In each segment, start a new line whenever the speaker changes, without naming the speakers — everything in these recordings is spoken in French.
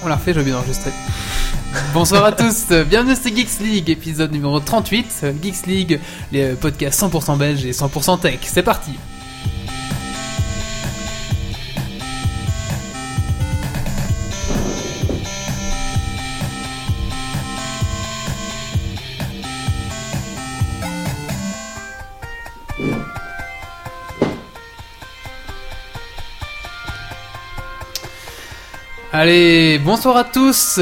on l'a refait, je vais bien enregistrer. Bonsoir à tous, bienvenue sur Geeks League, épisode numéro 38. Geeks League, les podcasts 100% belges et 100% tech. C'est parti. Allez, bonsoir à tous,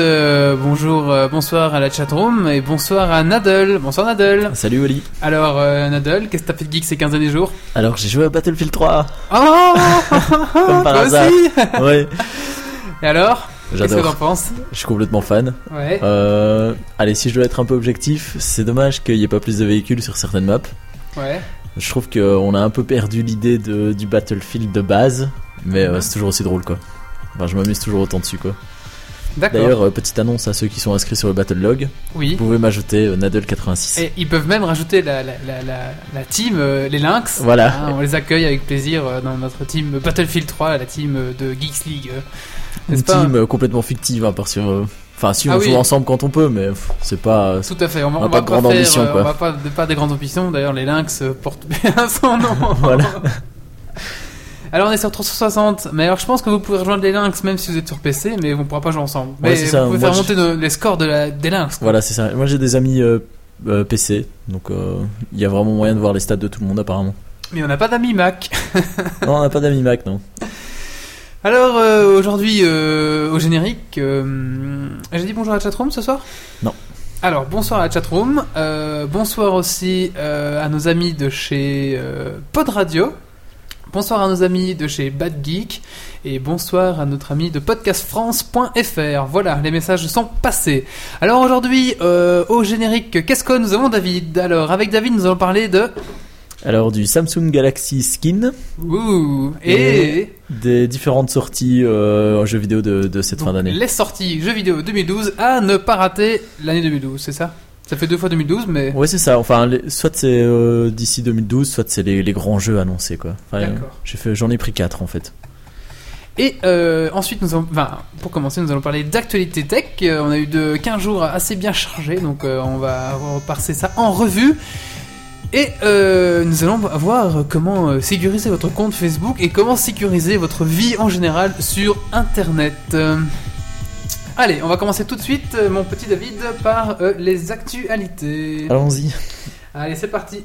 bonjour, à la chatroom et bonsoir à Nadal. Bonsoir Nadal.
Salut Oli.
Alors Nadal, qu'est-ce que t'as fait de geek ces 15 derniers jours?
Alors j'ai joué à Battlefield 3.
Oh
Comme par hasard.
Aussi.
Ouais.
Et alors?
J'adore.
Qu'est-ce que t'en penses?
Je suis complètement fan.
Ouais.
Allez, si je dois être un peu objectif, c'est dommage qu'il n'y ait pas plus de véhicules sur certaines maps.
Ouais.
Je trouve qu'on a un peu perdu l'idée du Battlefield de base, mais c'est toujours aussi drôle quoi. Enfin, je m'amuse toujours autant dessus quoi.
D'accord.
D'ailleurs, petite annonce à ceux qui sont inscrits sur le Battle Log.
Oui.
Vous pouvez m'ajouter Nadal86.
Et ils peuvent même rajouter la team, les Lynx.
Voilà.
Hein, on les accueille avec plaisir dans notre team Battlefield 3, la team de Geeks League.
Une team complètement fictive, hein, parce que. Enfin, si on joue ensemble quand on peut, mais c'est pas.
Tout à fait. On va
pas de grande ambition quoi.
On va pas des grandes ambitions. D'ailleurs, les Lynx portent bien son nom.
Voilà.
Alors on est sur 360, mais alors je pense que vous pouvez rejoindre les Lynx même si vous êtes sur PC, mais on pourra pas jouer ensemble.
Ouais,
mais
c'est ça.
Vous pouvez faire monter les scores des Lynx.
Voilà, c'est ça. Moi j'ai des amis PC, donc il y a vraiment moyen de voir les stats de tout le monde apparemment.
Mais on n'a pas d'amis Mac.
Non, on n'a pas d'amis Mac, non.
Alors aujourd'hui au générique, j'ai dit bonjour à la chatroom ce soir ?
Non.
Alors bonsoir à la chatroom, bonsoir aussi à nos amis de chez Pod Radio. Bonsoir à nos amis de chez Bad Geek et bonsoir à notre ami de podcastfrance.fr. Voilà, les messages sont passés. Alors aujourd'hui, au générique, qu'est-ce que nous avons David ? Alors avec David, nous allons parler de...
Alors du Samsung Galaxy Skin.
Ouh, et
des différentes sorties jeux vidéo de cette fin d'année.
Les sorties jeux vidéo 2012 à ne pas rater l'année 2012, c'est ça ? Ça fait 2 fois 2012, mais...
Ouais, c'est ça. Enfin, soit c'est d'ici 2012, soit c'est les grands jeux annoncés, quoi. Enfin,
d'accord.
J'en ai pris 4, en fait.
Et ensuite, pour commencer, nous allons parler d'actualité tech. On a eu 15 jours assez bien chargés, donc on va repasser ça en revue. Et nous allons voir comment sécuriser votre compte Facebook et comment sécuriser votre vie en général sur Internet. Allez, on va commencer tout de suite, mon petit David, par les actualités.
Allons-y.
Allez, c'est parti.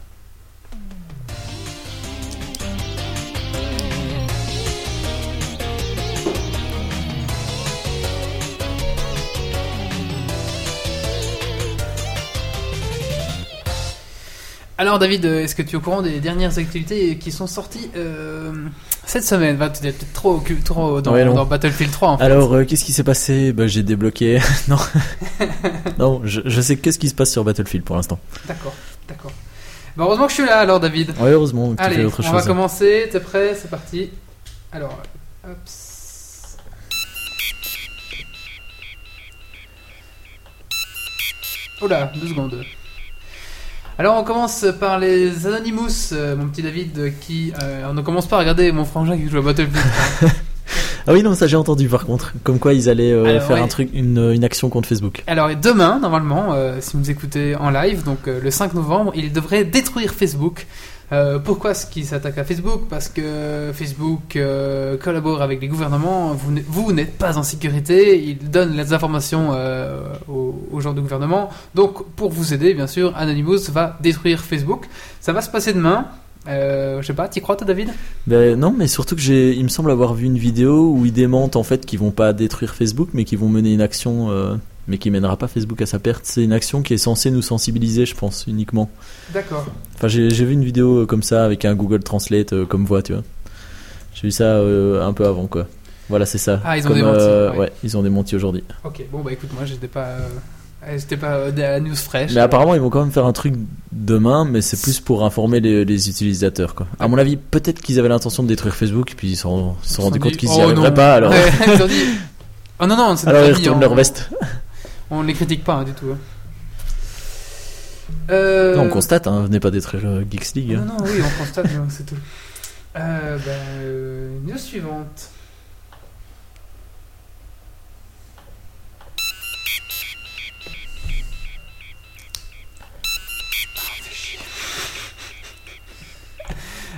Alors David, est-ce que tu es au courant des dernières actualités qui sont sorties cette semaine ? Tu es peut-être trop dans Battlefield 3 en fait.
Alors qu'est-ce qui s'est passé ? J'ai débloqué... non, non, je sais qu'est-ce qui se passe sur Battlefield pour l'instant.
D'accord. Heureusement que je suis là alors David.
Ouais, heureusement que tu
allez,
fais autre chose.
On va commencer, t'es prêt ? C'est parti. Alors, hop. Oula, 2 secondes. Alors on commence par les Anonymous, mon petit David, qui... on ne commence pas à regarder mon frangin qui joue à Battlefield.
Ah oui, non, ça j'ai entendu par contre. Comme quoi ils allaient faire un truc, une action contre Facebook.
Alors demain, normalement, si vous écoutez en live, donc le 5 novembre, ils devraient détruire Facebook. Pourquoi est-ce qu'ils s'attaquent à Facebook ? Parce que Facebook collabore avec les gouvernements, vous n'êtes pas en sécurité, ils donnent les informations aux gens du gouvernement. Donc pour vous aider, bien sûr, Anonymous va détruire Facebook. Ça va se passer demain. Je sais pas, t'y crois toi David ?
Non, mais surtout que il me semble avoir vu une vidéo où ils démentent en fait qu'ils vont pas détruire Facebook, mais qu'ils vont mener une action... mais qui mènera pas Facebook à sa perte. C'est une action qui est censée nous sensibiliser, je pense, uniquement.
D'accord.
Enfin, j'ai vu une vidéo comme ça avec un Google Translate comme voix, tu vois. J'ai vu ça un peu avant, quoi. Voilà, c'est ça.
Ah, ils ont démenti.
Ouais, ils ont démenti aujourd'hui.
Ok, bon bah écoute, moi j'étais pas à la news fraîche.
Mais apparemment, ils vont quand même faire un truc demain, mais c'est plus pour informer les utilisateurs, quoi. À mon avis, peut-être qu'ils avaient l'intention de détruire Facebook, puis ils se sont rendus compte qu'ils y arriveraient pas, alors...
Ouais, ils ont dit... Oh non, c'est
alors ils retournent leur veste.
On ne les critique pas du tout.
Non, on constate, venez pas détruire Geeks League.
Non, oui, on constate, c'est tout. News suivante.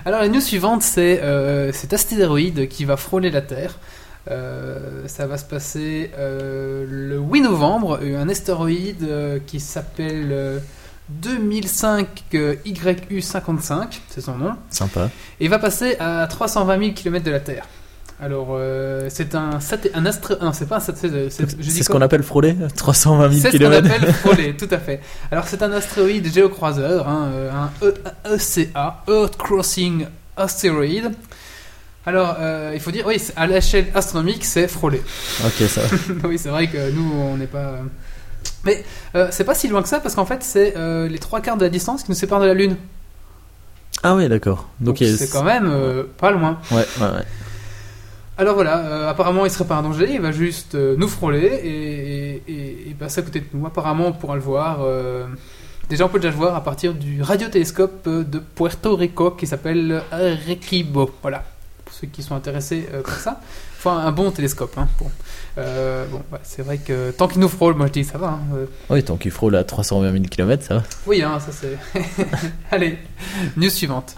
Alors la news suivante, c'est cet astéroïde qui va frôler la Terre. Ça va se passer le 8 novembre. Un astéroïde qui s'appelle 2005 YU55, c'est son nom.
Sympa.
Et il va passer à 320 000 km de la Terre. Alors, c'est un astéroïde. Non, c'est pas un satellite.
C'est ce qu'on appelle frôler 320 000
C'est
km.
ce qu'on appelle frôler, tout à fait. Alors, c'est un astéroïde géocroiseur, un ECA, Earth Crossing Asteroid. Alors, il faut dire, oui, à l'échelle astronomique, c'est frôler.
Ok, ça va.
Oui, c'est vrai que nous, on n'est pas. Mais c'est pas si loin que ça, parce qu'en fait, c'est les 3/4 de la distance qui nous séparent de la Lune.
Ah ouais, d'accord. Donc
c'est quand même pas loin.
Ouais.
Alors voilà, apparemment il serait pas un danger, il va juste nous frôler et passer à côté de nous. Apparemment on pourra le voir. Déjà on peut déjà le voir à partir du radiotélescope de Puerto Rico qui s'appelle Arecibo. Voilà, pour ceux qui sont intéressés par ça. Enfin un bon télescope. Hein. Bon, c'est vrai que tant qu'il nous frôle, moi je dis ça va. Hein.
Oui, tant qu'il frôle à 320 000 km, ça va.
Oui, hein, ça c'est. Allez, news suivante.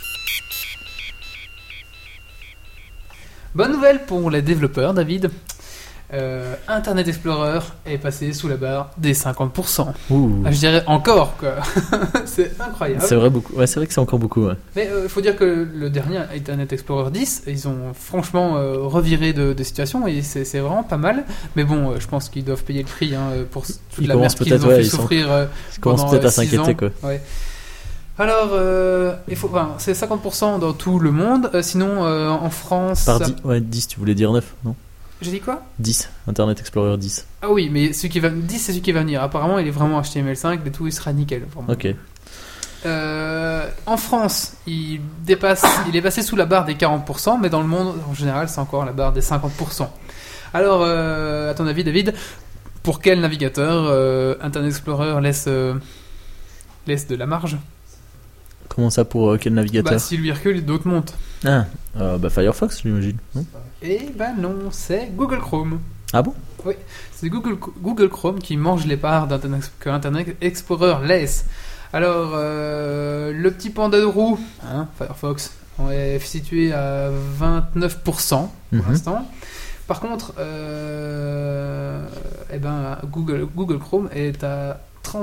Bonne nouvelle pour les développeurs, David. Internet Explorer est passé sous la barre des 50%. Je dirais encore, quoi. C'est incroyable.
C'est vrai, beaucoup. Ouais, c'est vrai que c'est encore beaucoup. Ouais.
Mais il faut dire que le dernier Internet Explorer 10, ils ont franchement reviré de situation et c'est vraiment pas mal. Mais bon, je pense qu'ils doivent payer le prix pour toute la merde qu'ils ont fait souffrir
ils commencent peut-être à s'inquiéter, quoi.
Ouais. Alors, c'est 50% dans tout le monde. Sinon, en France.
Par 10, tu voulais dire 9, non ?
J'ai dit quoi ?
10, Internet Explorer 10.
Ah oui, mais 10, c'est celui qui va venir. Apparemment, il est vraiment HTML5 et tout, il sera nickel. Vraiment.
Ok.
En France, il est passé sous la barre des 40%, mais dans le monde, en général, c'est encore la barre des 50%. Alors, à ton avis, David, pour quel navigateur Internet Explorer laisse de la marge ?
Comment ça, pour quel navigateur ?
Si lui recule, d'autres montent.
Firefox, j'imagine.
Non, c'est Google Chrome.
Ah bon ?
Oui, c'est Google Chrome qui mange les parts que Internet Explorer laisse. Alors, le petit panda de roue, Firefox, est situé à 29% pour l'instant. Par contre, Google Chrome est à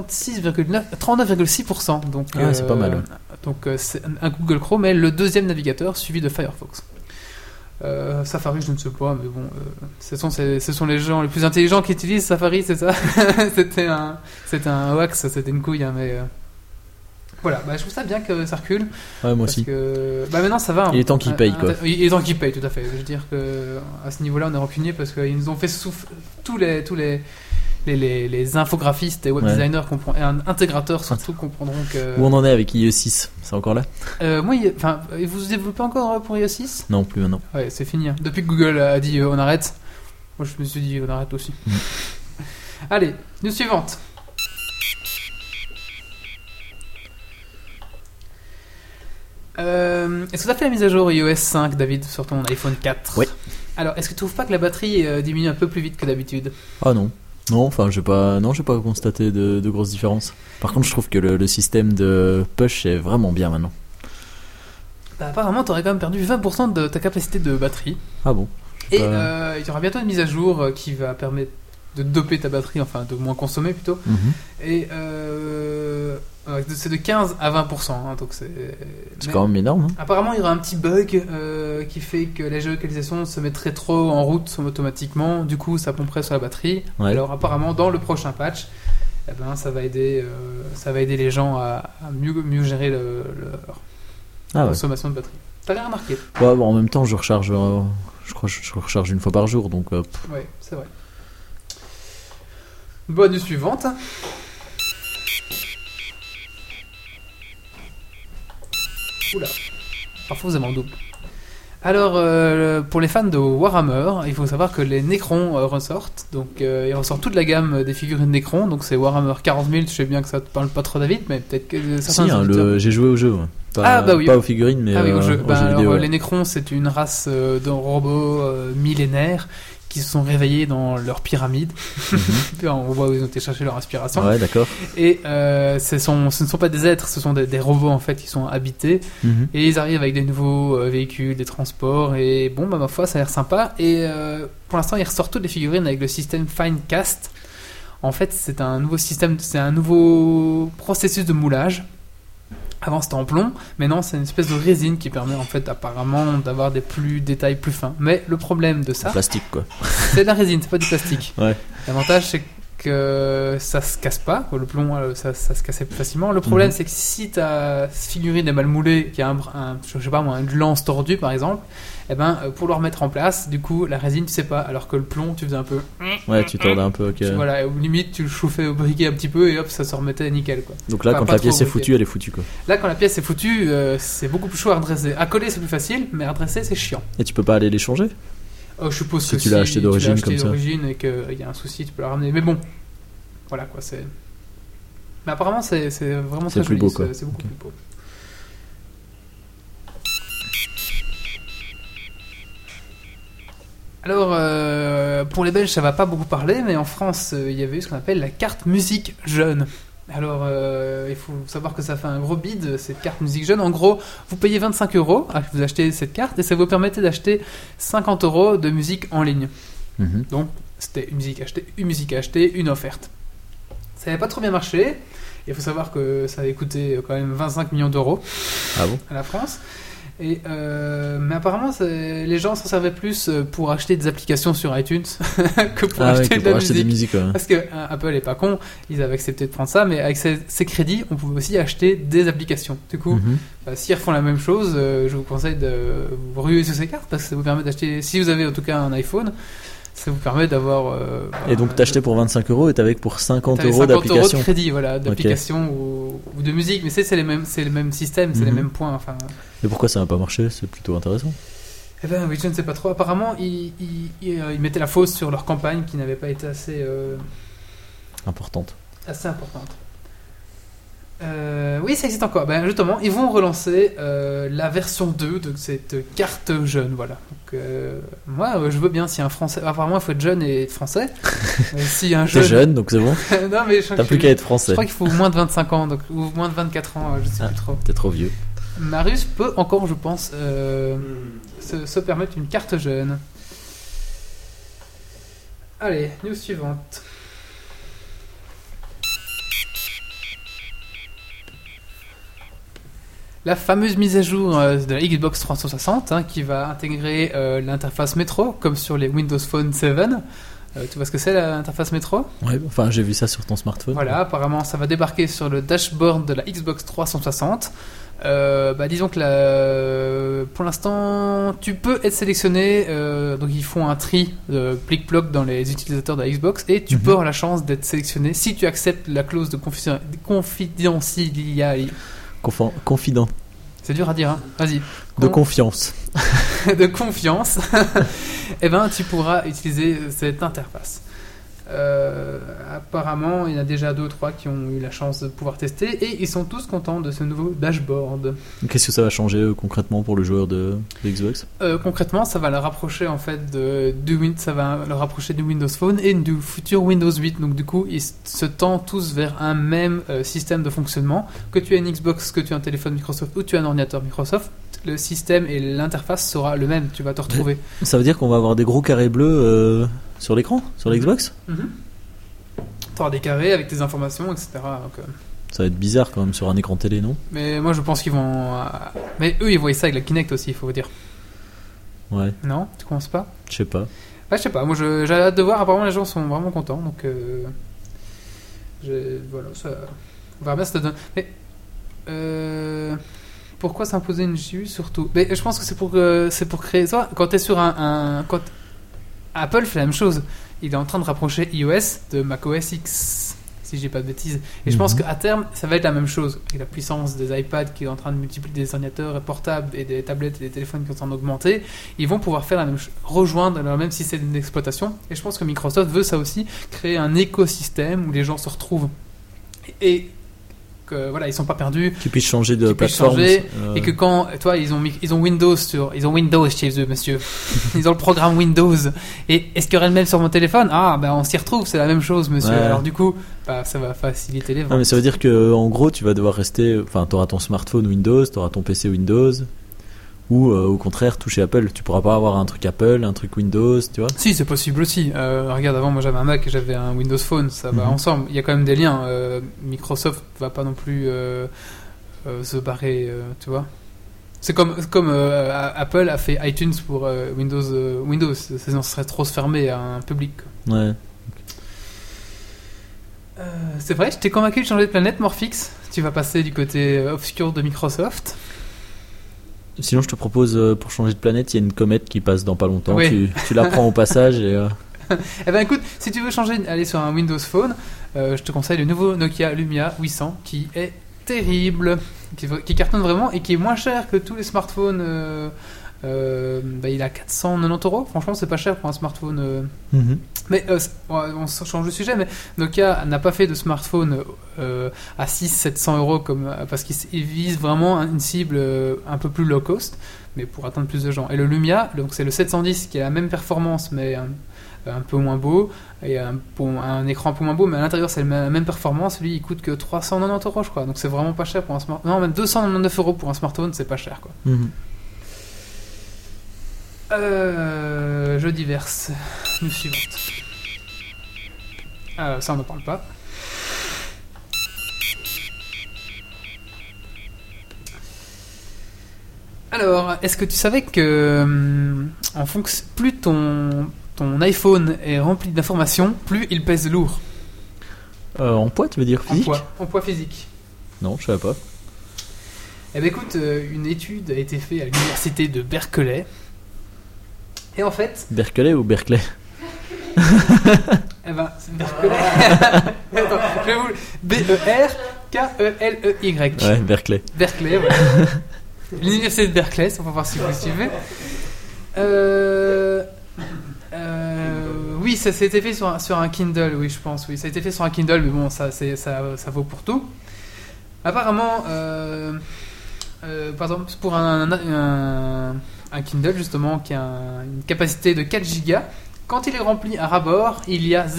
39,6%. Donc,
c'est pas mal.
Donc, un Google Chrome est le deuxième navigateur suivi de Firefox. Safari, je ne sais pas, mais bon, ce sont les gens les plus intelligents qui utilisent Safari, c'est ça. C'était un hoax, c'était une couille, hein, mais voilà. Je trouve ça bien que ça recule.
Ouais, moi aussi.
Que, maintenant ça va.
Il est temps qu'ils payent, quoi.
Il est temps qu'ils payent, tout à fait. Je veux dire que à ce niveau-là, on est rancunier parce qu'ils nous ont fait souffrir tous les infographistes et web designers et intégrateurs surtout comprendront que.
Où on en est avec IE6 ? C'est encore là ?
Vous développez encore pour IE6 ?
Non, plus maintenant.
Ouais, c'est fini. Hein. Depuis que Google a dit on arrête, moi je me suis dit on arrête aussi. Allez, news suivante. Est-ce que tu as fait la mise à jour iOS 5, David, sur ton iPhone 4 ?
Oui.
Alors, est-ce que tu trouves pas que la batterie diminue un peu plus vite que d'habitude ?
Ah non. Non, j'ai pas constaté de grosses différences. Par contre, je trouve que le système de push est vraiment bien maintenant.
Apparemment, tu aurais quand même perdu 20% de ta capacité de batterie.
Ah bon ?
Et il y aura bientôt une mise à jour qui va permettre de doper ta batterie, enfin de moins consommer plutôt. Et c'est de 15 à 20%. Hein, donc c'est
quand même énorme. Hein.
Apparemment, il y aura un petit bug qui fait que la géolocalisation se mettrait trop en route automatiquement. Du coup, ça pomperait sur la batterie. Ouais. Alors apparemment, dans le prochain patch, ça va aider les gens à mieux gérer leur consommation de batterie. T'as rien remarqué ?
Ouais, en même temps, je recharge. Je crois que je recharge une fois par jour, donc.
Ouais, c'est vrai. Bonne suivante. Oula. Parfois, vous avez en double. Alors, pour les fans de Warhammer, il faut savoir que les Necrons ressortent. Donc, ils ressortent toute la gamme des figurines Necrons. Donc, c'est Warhammer 40 000. Je sais bien que ça te parle pas trop, David, mais peut-être que certains.
Si, j'ai joué au jeu. Ouais. Pas aux figurines, mais
au jeu.
aux jeux vidéo.
Les Necrons, c'est une race de robots millénaires qui se sont réveillés dans leur pyramide. Puis on voit où ils ont été chercher leur inspiration.
Ouais, d'accord.
Et ce ne sont pas des êtres, ce sont des robots en fait qui sont habités. Et ils arrivent avec des nouveaux véhicules, des transports. Et bon, ma foi, ça a l'air sympa. Et pour l'instant, ils ressortent toutes les figurines avec le système Finecast. En fait, c'est un nouveau système, c'est un nouveau processus de moulage. Avant c'était en plomb, mais non, c'est une espèce de résine qui permet en fait apparemment d'avoir des détails plus fins. Mais le problème de ça,
plastique quoi.
C'est de la résine, c'est pas du plastique.
Ouais.
L'avantage c'est que ça se casse pas, quoi. Le plomb ça se cassait plus facilement. Le problème c'est que si ta figurine est mal moulée, qu'il y a je sais pas moi, une lance tordue par exemple, eh ben pour le remettre en place, du coup la résine tu sais pas, alors que le plomb tu faisais un peu.
Ouais, tu tordais un peu. Ok.
Voilà, limite tu le chauffais au briquet un petit peu et hop ça se remettait nickel quoi.
Donc là, quand la pièce est foutue, elle est foutue quoi.
Là, quand la pièce est foutue, c'est beaucoup plus chaud à redresser. À coller c'est plus facile, mais à redresser c'est chiant.
Et tu peux pas aller les changer?
Je suppose
si
que
tu l'as acheté d'origine comme ça.
Et qu'il y a un souci, tu peux la ramener. Mais bon, voilà quoi, c'est. Mais apparemment, c'est vraiment très
plus
joli.
Beau, quoi.
C'est beaucoup plus beau. Alors, pour les Belges, ça va pas beaucoup parler, mais en France, il y avait eu ce qu'on appelle la carte musique jeune. Alors, il faut savoir que ça fait un gros bid, cette carte musique jeune. En gros, vous payez 25 € à vous achetez cette carte et ça vous permettait d'acheter 50 € de musique en ligne. Donc, c'était une musique achetée, une offerte. Ça n'avait pas trop bien marché. Il faut savoir que ça avait coûté quand même 25 millions d'euros à la France. Et mais apparemment, les gens s'en servaient plus pour acheter des applications sur iTunes que pour acheter de la musique.
Des musiques, ouais.
Parce que Apple est pas con, ils avaient accepté de prendre ça, mais avec ces crédits, on pouvait aussi acheter des applications. Du coup, s'ils refont la même chose, je vous conseille de vous ruer sur ces cartes parce que ça vous permet d'acheter. Si vous avez en tout cas un iPhone, ça vous permet d'avoir.
Et donc t'achetais pour 25 € et t'avais pour 50 €
50
d'application.
€ de crédit, voilà, d'application ou de musique, mais c'est les mêmes systèmes, c'est les mêmes points. Enfin.
Et pourquoi ça n'a pas marché? C'est plutôt intéressant.
Eh ben oui, je ne sais pas trop. Apparemment, ils mettaient la faute sur leur campagne qui n'avait pas été assez
importante.
Oui, ça existe encore. Ben justement, ils vont relancer la version 2 de cette carte jeune, voilà. Donc, moi, je veux bien si un Français. Apparemment, il faut être jeune et être français. Si un jeune.
T'es jeune, donc c'est bon.
Non, mais
t'as plus qu'à être français.
Je crois qu'il faut moins de 25 ans, donc ou moins de 24 ans, je sais plus trop.
T'es trop vieux.
Marius peut encore, je pense, se permettre une carte jeune. Allez, news suivante. La fameuse mise à jour de la Xbox 360 qui va intégrer l'interface métro comme sur les Windows Phone 7. Tu vois ce que c'est l'interface métro?
Ouais, enfin j'ai vu ça sur ton smartphone.
Voilà, apparemment ça va débarquer sur le dashboard de la Xbox 360. Disons que pour l'instant tu peux être sélectionné, donc ils font un tri de plic-ploc dans les utilisateurs de la Xbox et tu peux avoir la chance d'être sélectionné si tu acceptes la clause de confidentialité.
Confident.
C'est dur à dire, hein. Vas-y.
De confiance.
De confiance. Eh ben, tu pourras utiliser cette interface. Apparemment, il y en a déjà 2 ou 3 qui ont eu la chance de pouvoir tester et ils sont tous contents de ce nouveau dashboard.
Qu'est-ce que ça va changer concrètement pour le joueur de Xbox?
Concrètement, ça va le rapprocher en fait ça va le rapprocher du Windows Phone et du futur Windows 8. Donc du coup, ils se tendent tous vers un même système de fonctionnement. Que tu aies une Xbox, que tu aies un téléphone Microsoft ou tu aies un ordinateur Microsoft, le système et l'interface sera le même. Tu vas te retrouver.
Ça veut dire qu'on va avoir des gros carrés bleus sur l'écran, sur l'Xbox?
Tu auras des carrés avec tes informations, etc. Donc,
ça va être bizarre quand même sur un écran télé, non?
Mais moi je pense qu'ils vont. Mais eux ils voient ça avec la Kinect aussi, il faut vous dire.
Ouais.
Non? Tu commences pas?
Je sais pas.
Ouais, je sais pas. Moi j'ai hâte de voir. Apparemment les gens sont vraiment contents. Donc. Voilà, ça. On verra bien ce que ça donne. Mais. Pourquoi s'imposer une GPU surtout? Mais je pense que c'est pour créer. Ça, quand t'es sur quand Apple fait la même chose. Il est en train de rapprocher iOS de macOS X, si j'ai pas de bêtises. Et je pense qu'à terme, ça va être la même chose. Avec la puissance des iPads qui est en train de multiplier des ordinateurs portables et des tablettes et des téléphones qui sont en train d'augmenter, ils vont pouvoir faire la même chose, rejoindre leur même système d'exploitation. Et je pense que Microsoft veut ça aussi, créer un écosystème où les gens se retrouvent. Et que voilà, ils sont pas perdus.
Qu'ils puissent changer de
Qu'ils puissent
plateforme.
changer, et que quand toi ils ont Windows chez eux, monsieur. Ils ont le programme Windows. Et est-ce qu'il y aurait le même sur mon téléphone? Ah ben on s'y retrouve, c'est la même chose, monsieur.
Ouais.
Alors du coup, ça va faciliter les ventes.
Non, mais ça veut dire que en gros, tu vas devoir rester. Enfin, t'auras ton smartphone Windows, t'auras ton PC Windows, ou au contraire, tout chez Apple. Tu pourras pas avoir un truc Apple, un truc Windows, tu vois.
Si, c'est possible aussi. Regarde, avant moi j'avais un Mac et j'avais un Windows Phone, ça va ensemble. Il y a quand même des liens. Microsoft va pas non plus se barrer, tu vois. C'est comme Apple a fait iTunes pour Windows. Sinon, ce serait trop se fermer à un public.
Ouais.
C'est vrai, je t'ai convaincu de changer de planète, Morphix. Tu vas passer du côté obscur de Microsoft.
Sinon, je te propose, pour changer de planète, il y a une comète qui passe dans pas longtemps.
Oui.
Tu la prends au passage et.
Eh ben écoute, si tu veux changer, aller sur un Windows Phone, je te conseille le nouveau Nokia Lumia 800 qui est terrible, qui cartonne vraiment et qui est moins cher que tous les smartphones. Il a 490€. Franchement, c'est pas cher pour un smartphone. Mais on change de sujet, mais Nokia n'a pas fait de smartphone à 600-700€ parce qu'il vise vraiment une cible un peu plus low cost, mais pour atteindre plus de gens. Et le Lumia, donc c'est le 710 qui a la même performance, mais un peu moins beau, et un écran un peu moins beau, mais à l'intérieur c'est la même performance. Lui, il coûte que 390€, je crois. Donc c'est vraiment pas cher pour un smartphone. Non, même 299€ pour un smartphone, c'est pas cher, quoi. Je diverse. News suivante. Ça, on n'en parle pas. Alors, est-ce que tu savais que en fonction, plus ton iPhone est rempli d'informations, plus il pèse lourd?
En poids, tu veux dire physique?
En poids physique.
Non, je savais pas.
Eh bien, écoute, une étude a été faite à l'université de Berkeley. Et en fait...
Berkeley ou Berkeley?
Eh ben, c'est Berkeley. Attends, je vais vous... B-E-R-K-E-L-E-Y.
Ouais, Berkeley.
Berkeley, voilà. L'université de Berkeley, on va voir si vous suivez. Oui, ça s'est été fait sur un Kindle, oui, je pense. Oui, ça a été fait sur un Kindle, mais bon, ça vaut pour tout. Apparemment, par exemple, pour un Kindle, justement, qui a une capacité de 4 Go, quand il est rempli à ras-bord, il y a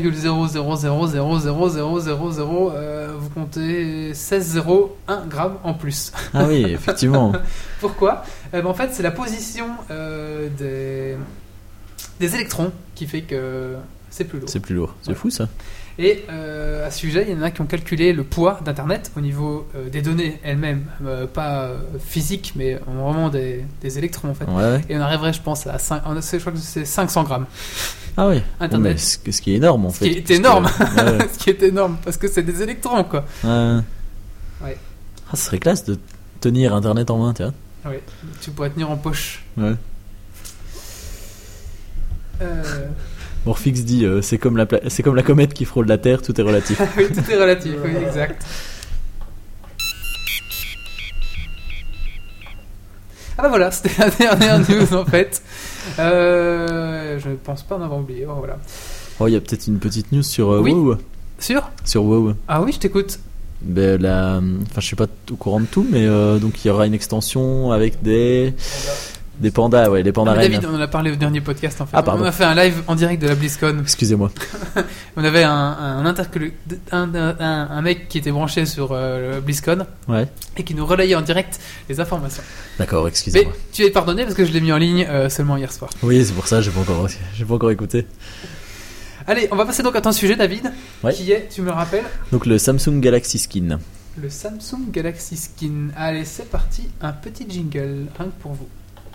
0,000000000, vous comptez 16,01 grammes en plus.
Ah oui, effectivement.
Pourquoi? En fait, c'est la position des électrons qui fait que c'est plus lourd.
C'est plus lourd. C'est fou, ça.
Et à ce sujet, il y en a qui ont calculé le poids d'Internet au niveau des données elles-mêmes, pas physiques, mais vraiment des électrons en fait.
Ouais.
Et on arriverait, je pense, à je crois que c'est 500 grammes.
Ah oui.
Internet.
Mais ce qui est énorme en fait.
Ce qui est énorme.
Ouais.
Ce qui est énorme, parce que c'est des électrons, quoi.
Ouais.
Ouais.
Ah, ce serait classe de tenir Internet en main, tu vois.
Ouais. Tu pourrais tenir en poche.
Ouais. Morphix dit c'est comme la comète qui frôle la Terre, tout est relatif.
Oui, tout est relatif, oui, exact. Ah bah voilà, c'était la dernière news en fait. Je ne pense pas en avoir oublié. Voilà.
Oh, il y a peut-être une petite news sur
Oui.
WoW.
Sûr?
Sur WoW.
Ah oui, je t'écoute.
Ben, enfin, je suis pas au courant de tout, mais donc il y aura une extension avec des pandas, ouais, les pandas reines.
David, on en a parlé au dernier podcast en fait.
Ah, pardon.
On a fait un live en direct de la BlizzCon.
Excusez-moi.
On avait un mec qui était branché sur le BlizzCon
Ouais.
et qui nous relayait en direct les informations.
D'accord, excusez-moi.
Mais tu es pardonné parce que je l'ai mis en ligne seulement hier soir.
Oui, c'est pour ça, j'ai pas encore écouté.
Allez, on va passer donc à ton sujet, David,
Ouais.
qui est, tu me rappelles,
Donc le Samsung Galaxy Skin.
le Samsung Galaxy Skin. Allez, c'est parti, un petit jingle, rien que pour vous.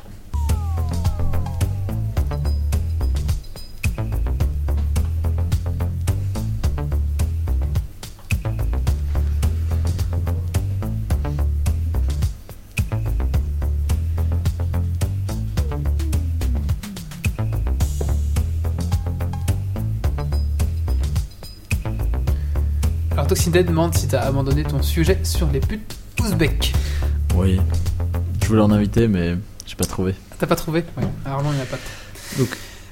Alors Toxindead demande si t'as abandonné ton sujet sur les putes ouzbeks.
Oui. Je voulais en inviter, mais j'ai pas trouvé.
T'as pas trouvé? Oui. Alors non, il n'y en a pas.
Donc,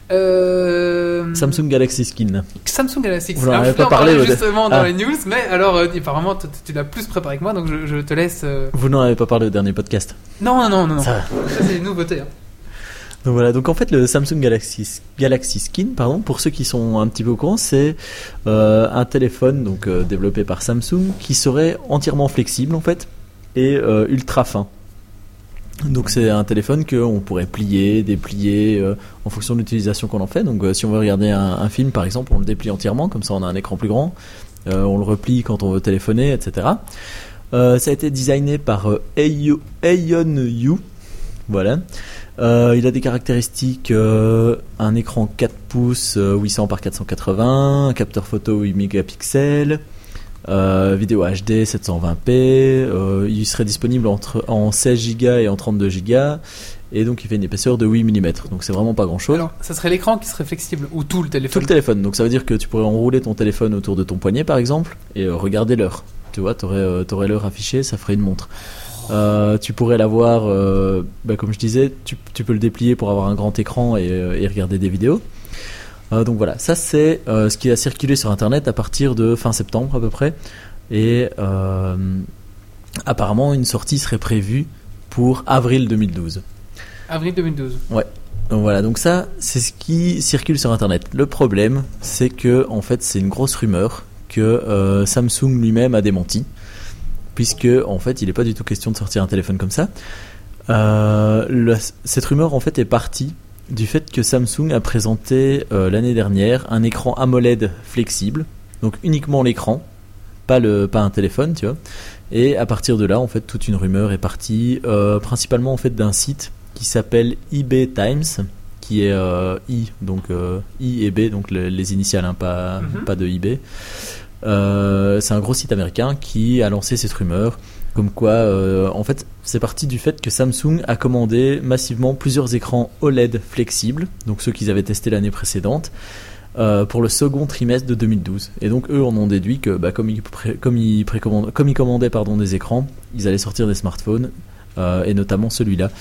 Samsung Galaxy Skin.
Samsung Galaxy.
Vous n'en
Alors,
avez
je voulais
pas
en parler
parlé,
justement dans les news, mais alors apparemment tu l'as plus préparé que moi, donc je te laisse.
Vous n'en avez pas parlé au dernier podcast.
Non.
Ça.
Ça c'est une nouveauté. Hein.
Donc voilà, donc en fait le Samsung Galaxy Skin, pardon, pour ceux qui sont un petit peu au courant, c'est un téléphone donc développé par Samsung qui serait entièrement flexible en fait et ultra fin. Donc c'est un téléphone qu'on pourrait plier, déplier en fonction de l'utilisation qu'on en fait. Donc si on veut regarder un film par exemple, on le déplie entièrement, comme ça on a un écran plus grand. On le replie quand on veut téléphoner, etc. Ça a été designé par Aeon Yu. Voilà. Il a des caractéristiques, un écran 4 pouces 800 par 480, un capteur photo 8 mégapixels, vidéo HD 720p, il serait disponible en 16 Go et en 32 Go, et donc il fait une épaisseur de 8 mm, donc c'est vraiment pas grand chose.
Alors, ça serait l'écran qui serait flexible, ou tout le téléphone?
Tout le téléphone, donc ça veut dire que tu pourrais enrouler ton téléphone autour de ton poignet par exemple, et regarder l'heure. Tu vois, t'aurais l'heure affichée, ça ferait une montre. Tu pourrais l'avoir, comme je disais, tu peux le déplier pour avoir un grand écran et regarder des vidéos. Donc voilà, ça c'est ce qui a circulé sur internet à partir de fin septembre à peu près. Et apparemment une sortie serait prévue pour avril 2012.
Avril 2012.
Ouais. Donc voilà, donc ça c'est ce qui circule sur internet. Le problème c'est que en fait c'est une grosse rumeur que Samsung lui-même a démenti. Puisque en fait il n'est pas du tout question de sortir un téléphone comme ça. Cette rumeur en fait est partie du fait que Samsung a présenté l'année dernière un écran AMOLED flexible, donc uniquement l'écran, pas un téléphone, tu vois. Et à partir de là en fait toute une rumeur est partie, principalement en fait d'un site qui s'appelle eBay Times, qui est donc I et B, donc les initiales, hein, pas de eBay. C'est un gros site américain qui a lancé cette rumeur comme quoi en fait c'est parti du fait que Samsung a commandé massivement plusieurs écrans OLED flexibles, donc ceux qu'ils avaient testés l'année précédente, pour le second trimestre de 2012, et donc eux en ont déduit que comme ils commandaient des écrans, ils allaient sortir des smartphones, et notamment celui-là.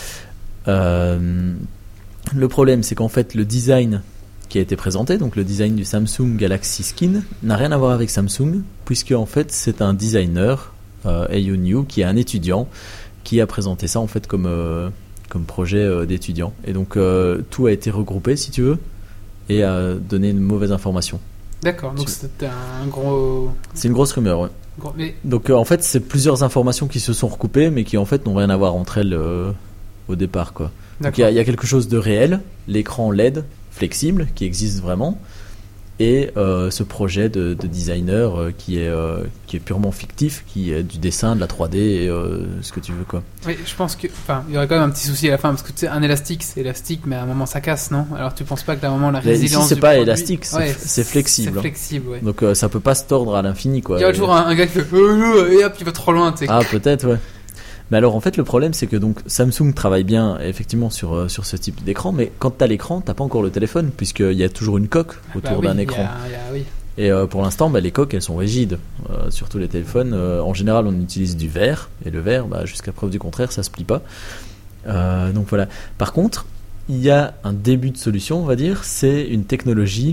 Le problème c'est qu'en fait le design qui a été présenté, donc le design du Samsung Galaxy Skin, n'a rien à voir avec Samsung, puisque en fait c'est un designer, Aeon Yu, qui est un étudiant, qui a présenté ça en fait comme projet d'étudiant. Et donc tout a été regroupé, si tu veux, et a donné une mauvaise information.
D'accord, donc c'était un gros...
C'est une grosse rumeur, ouais.
Mais...
Donc en fait c'est plusieurs informations qui se sont recoupées, mais qui en fait n'ont rien à voir entre elles au départ, quoi. Donc il y a quelque chose de réel, l'écran LED flexible qui existe vraiment, et ce projet de designer qui est purement fictif, qui est du dessin, de la 3D et ce que tu veux, quoi.
Oui, je pense que il y aurait quand même un petit souci à la fin, parce que tu sais, un élastique c'est élastique, mais à un moment ça casse, non? Alors tu penses pas que à un moment la résilience
ici c'est
du
pas
produit...
élastique, c'est flexible.
C'est flexible, ouais.
Donc ça peut pas se tordre à l'infini, quoi.
Il y a toujours un gars qui fait et hop il va trop loin, tu sais.
Ah peut-être, ouais. Mais alors en fait le problème c'est que donc Samsung travaille bien effectivement sur ce type d'écran, mais quand t'as l'écran t'as pas encore le téléphone, puisqu'il y a toujours une coque autour d'un écran.
Oui.
Et pour l'instant les coques elles sont rigides, surtout les téléphones. En général on utilise du verre, et le verre jusqu'à preuve du contraire ça se plie pas. Donc voilà. Par contre il y a un début de solution, on va dire, c'est une technologie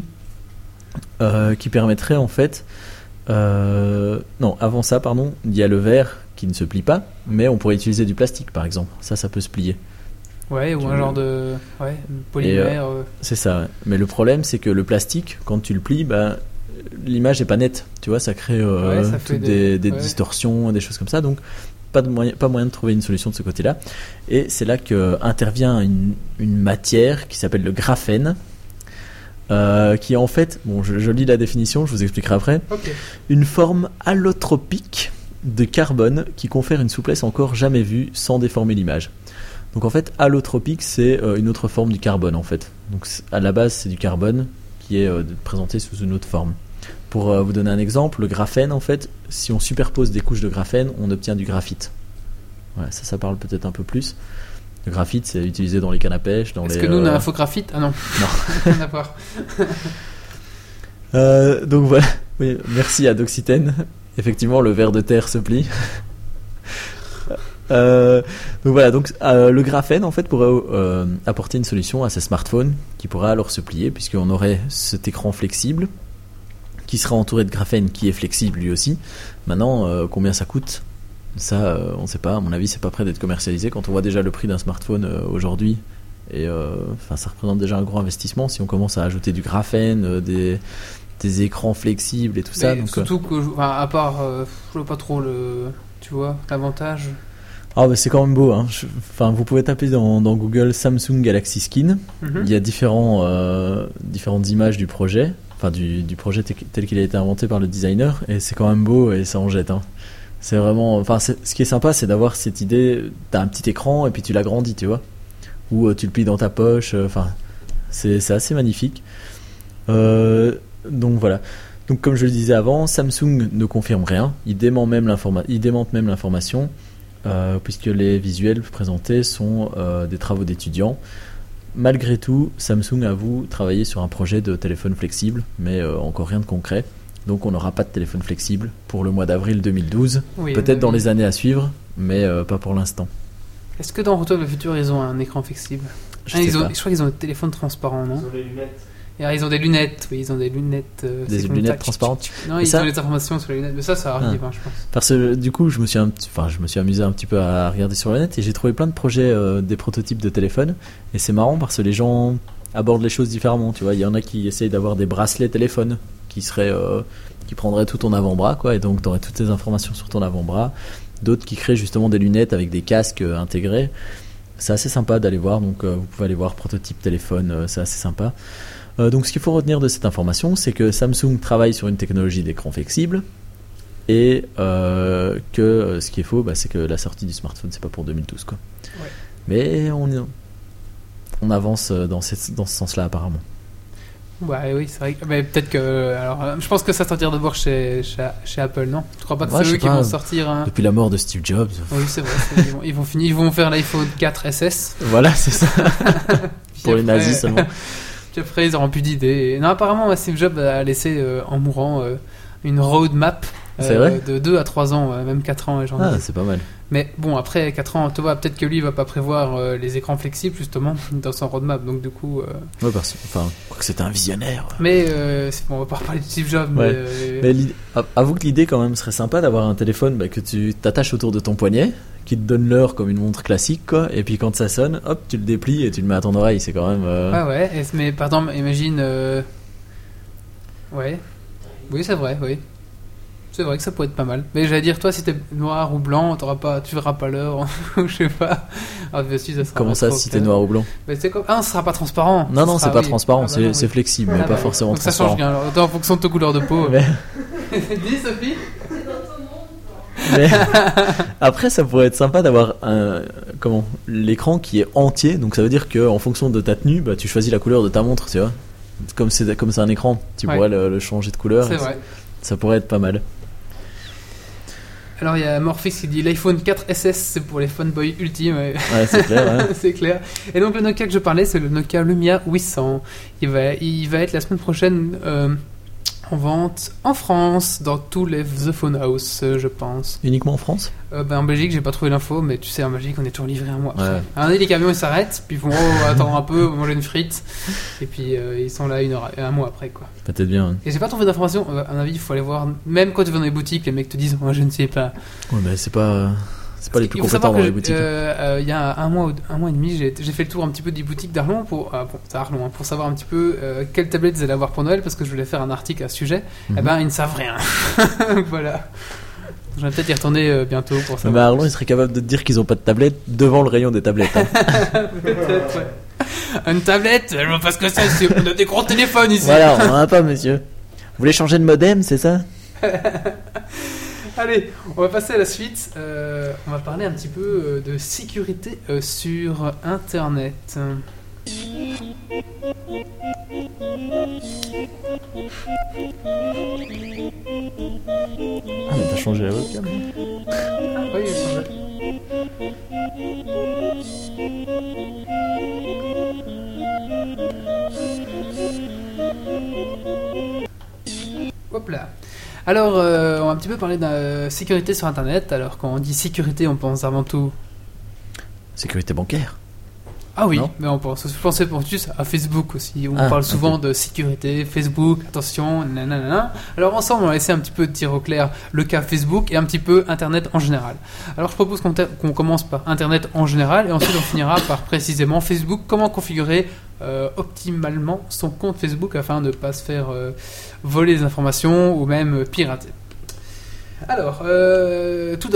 qui permettrait en fait non, avant ça, pardon, il y a le verre qui ne se plie pas, mais on pourrait utiliser du plastique par exemple, ça peut se plier.
Ouais, ou un genre de polymère.
C'est ça, ouais. Mais le problème c'est que le plastique, quand tu le plies, l'image est pas nette, tu vois, ça crée des distorsions, des choses comme ça, donc pas moyen de trouver une solution de ce côté-là. Et c'est là que intervient une matière qui s'appelle le graphène, qui est en fait, je lis la définition, je vous expliquerai après, une forme allotropique de carbone qui confère une souplesse encore jamais vue sans déformer l'image. Donc en fait allotropique c'est une autre forme du carbone en fait. Donc à la base c'est du carbone qui est présenté sous une autre forme. Pour vous donner un exemple, le graphène en fait, si on superpose des couches de graphène on obtient du graphite. Voilà, ça parle peut-être un peu plus. Le graphite c'est utilisé dans les cannes à pêche,
Est-ce que nous on a un faux graphite? Ah non. Rien à voir.
Donc voilà, oui, merci à Doxyten. Effectivement, le ver de terre se plie. Donc voilà, le graphène en fait pourrait apporter une solution à ces smartphones qui pourraient alors se plier puisqu'on aurait cet écran flexible qui sera entouré de graphène qui est flexible lui aussi. Maintenant, combien ça coûte ? Ça, on ne sait pas. À mon avis, c'est pas prêt d'être commercialisé quand on voit déjà le prix d'un smartphone aujourd'hui. Et ça représente déjà un gros investissement si on commence à ajouter du graphène, des écrans flexibles et tout ça. Donc,
surtout que, à part, je vois pas trop tu vois, l'avantage.
Ah bah c'est quand même beau, hein. Vous pouvez taper dans Google Samsung Galaxy Skin. Il y a différentes images du projet, du projet tel qu'il a été inventé par le designer, et c'est quand même beau et ça en jette, hein. C'est vraiment, ce qui est sympa, c'est d'avoir cette idée. T'as un petit écran et puis tu l'agrandis, tu vois, ou tu le plies dans ta poche. C'est assez magnifique. Donc voilà. Donc comme je le disais avant, Samsung ne confirme rien. Il démente même l'information. Puisque les visuels présentés sont des travaux d'étudiants. Malgré tout, Samsung avoue travailler sur un projet de téléphone flexible, mais encore rien de concret. Donc on n'aura pas de téléphone flexible pour le mois d'avril 2012. Oui, peut-être dans les années à suivre, mais pas pour l'instant.
Est-ce que dans Retour vers le futur, ils ont un écran flexible ? Je crois qu'ils ont des téléphones transparents, non ? Ils ont des lunettes. Ils ont des lunettes, oui, ils ont des lunettes.
Des lunettes transparentes.
Non, ils ont des informations sur les lunettes, mais ça arrive, je pense.
Parce que du coup, je me suis amusé un petit peu à regarder sur le net et j'ai trouvé plein de projets, des prototypes de téléphones. Et c'est marrant parce que les gens abordent les choses différemment. Tu vois, il y en a qui essayent d'avoir des bracelets téléphones qui prendraient tout ton avant-bras, quoi, et donc tu aurais toutes tes informations sur ton avant-bras. D'autres qui créent justement des lunettes avec des casques intégrés. C'est assez sympa d'aller voir. Donc vous pouvez aller voir prototype téléphone, c'est assez sympa. Donc ce qu'il faut retenir de cette information, c'est que Samsung travaille sur une technologie d'écran flexible et que ce qui est faux, c'est que la sortie du smartphone, c'est pas pour 2012, quoi. Ouais. Mais on avance dans ce sens-là apparemment.
Ouais, oui, c'est vrai. Mais peut-être que. Alors, je pense que ça sortira d'abord chez Apple, non ? Je crois pas que c'est eux qui vont sortir.
Depuis la mort de Steve Jobs.
Oui, c'est vrai. Ils vont faire l'iPhone 4 SS.
Voilà, c'est ça. Pour les nazis seulement.
Puis après, ils auront plus d'idées. Non, apparemment, Steve Jobs a laissé en mourant une roadmap de 2 à 3 ans, même 4 ans.
C'est pas mal.
Mais bon, après 4 ans, tu vois, peut-être que lui, il va pas prévoir les écrans flexibles, justement, dans son roadmap. Donc, du coup.
Ouais, que c'était un visionnaire.
Mais on va pas reparler de Steve Jobs.
Ouais. Mais avoue que l'idée, quand même, serait sympa d'avoir un téléphone que tu t'attaches autour de ton poignet, qui te donne l'heure comme une montre classique, quoi. Et puis quand ça sonne, hop, tu le déplies et tu le mets à ton oreille. C'est quand même.
Ah ouais, mais pardon, imagine. Ouais. Oui, c'est vrai, oui. C'est vrai que ça pourrait être pas mal. Mais j'allais dire, toi, si t'es noir ou blanc, tu verras pas l'heure. Je sais pas.
Comment ça, si t'es noir ou blanc ?
Ça sera pas transparent.
Non, c'est pas transparent. C'est flexible, mais pas forcément
donc
transparent.
Ça change rien. Alors, en fonction de ta couleur de peau. Dis, Sophie.
Mais après, ça pourrait être sympa d'avoir l'écran qui est entier. Donc ça veut dire qu'en fonction de ta tenue, tu choisis la couleur de ta montre, tu vois. Comme c'est un écran, tu pourrais le changer de couleur.
C'est vrai.
Ça pourrait être pas mal.
Alors il y a Morphix qui dit l'iPhone 4 SS, c'est pour les fanboys ultimes. Ouais,
c'est clair. Hein.
C'est clair. Et donc le Nokia que je parlais, c'est le Nokia Lumia 800. Il va être la semaine prochaine en vente en France, dans tous les The Phone House, je pense.
Uniquement en France ?
En Belgique, j'ai pas trouvé l'info, mais tu sais, en Belgique, on est toujours livré un mois. Ouais. Alors, les camions ils s'arrêtent, puis ils vont attendre un peu, manger une frite, et puis ils sont là un mois après, quoi.
Peut-être bien. Hein.
Et j'ai pas trouvé d'informations. À mon avis, il faut aller voir. Même quand tu vas dans les boutiques, les mecs te disent, moi je ne sais pas.
Ouais, mais c'est pas les plus compétents dans les boutiques.
Il y a un mois et demi, j'ai fait le tour un petit peu des boutiques d'Arlon pour savoir un petit peu quelle tablette ils allaient avoir pour Noël, parce que je voulais faire un article à ce sujet. Ils ne savent rien. Voilà. Je vais peut-être y retourner bientôt pour savoir.
Mais Arlon, ils seraient capables de te dire qu'ils n'ont pas de tablette devant le rayon des tablettes. Hein.
Peut-être, ouais. Une tablette, je vois pas ce que c'est. On a des gros téléphones ici.
Voilà, on en a pas, monsieur. Vous voulez changer de modem, c'est ça ?
Allez, on va passer à la suite. On va parler un petit peu de sécurité sur Internet.
Ah, mais t'as changé la webcam.
Ah oui, j'ai changé. Hop là. Alors, on va un petit peu parler de sécurité sur Internet. Alors, quand on dit sécurité, on pense avant tout...
Sécurité bancaire.
Ah oui,
Non.
mais on pense juste à Facebook aussi. On
Ah,
parle souvent
ok.
de sécurité, Facebook, attention, nanana. Alors ensemble, on va essayer un petit peu de tirer au clair le cas Facebook et un petit peu Internet en général. Alors je propose qu'on commence par Internet en général et ensuite on finira par précisément Facebook. Comment configurer optimalement son compte Facebook afin de ne pas se faire voler des informations ou même pirater. Alors, tout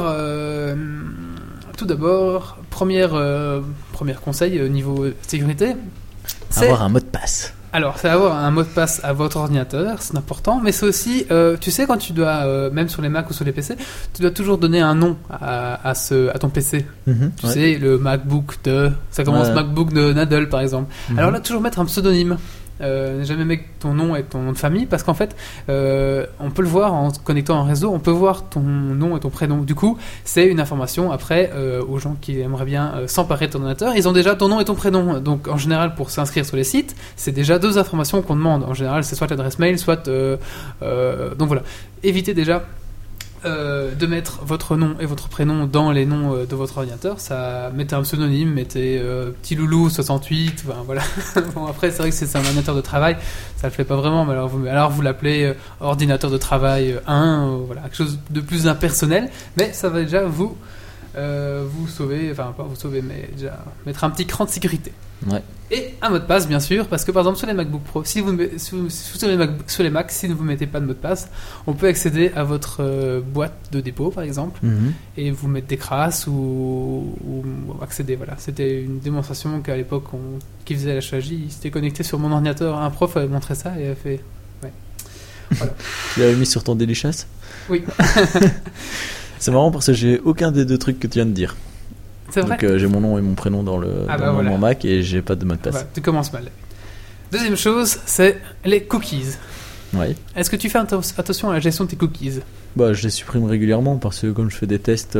d'abord, premier conseil au niveau sécurité, c'est
Avoir un mot de passe.
c'est avoir un mot de passe à votre ordinateur, c'est important, mais c'est aussi, tu sais, quand tu dois, même sur les Mac ou sur les PC, tu dois toujours donner un nom à ton PC. Tu
Ouais.
sais, le MacBook ça commence
Ouais.
MacBook de Nadal par exemple.
Mhm.
Alors là, toujours mettre un pseudonyme. Ne jamais mettre ton nom et ton nom de famille parce qu'en fait on peut le voir en se connectant à un réseau, on peut voir ton nom et ton prénom. Du coup c'est une information après aux gens qui aimeraient bien s'emparer de ton ordinateur, ils ont déjà ton nom et ton prénom. Donc en général pour s'inscrire sur les sites c'est déjà 2 informations qu'on demande. En général c'est soit l'adresse mail, soit donc voilà, évitez déjà de mettre votre nom et votre prénom dans les noms de votre ordinateur. Ça, mettez un pseudonyme, mettez petit loulou 68, enfin, voilà. Bon, après c'est vrai que c'est un ordinateur de travail, ça le fait pas vraiment, mais alors vous l'appelez ordinateur de travail 1, voilà, quelque chose de plus impersonnel, mais ça va déjà vous sauver, enfin pas vous sauver, mais déjà mettre un petit cran de sécurité.
Ouais.
Et un mot de passe, bien sûr, parce que par exemple sur les MacBook Pro, sur les Mac, si vous ne mettez pas de mot de passe, on peut accéder à votre boîte de dépôt, par exemple,
Mhm.
et vous mettre des crasses ou accéder. Voilà, c'était une démonstration qu'à l'époque, qui faisait la chagie, il s'était connecté sur mon ordinateur, un prof avait montré ça et a fait.
Tu l'avais mis sur ton Delicious?
Oui.
C'est marrant parce que j'ai aucun des deux trucs que tu viens de dire.
C'est vrai.
Donc j'ai mon nom et mon prénom dans
voilà.
mon Mac et j'ai pas de mot de passe.
Voilà, tu commences mal. Deuxième chose, c'est les cookies.
Ouais.
Est-ce que tu fais attention à la gestion de tes cookies?
Bah je les supprime régulièrement parce que comme je fais des tests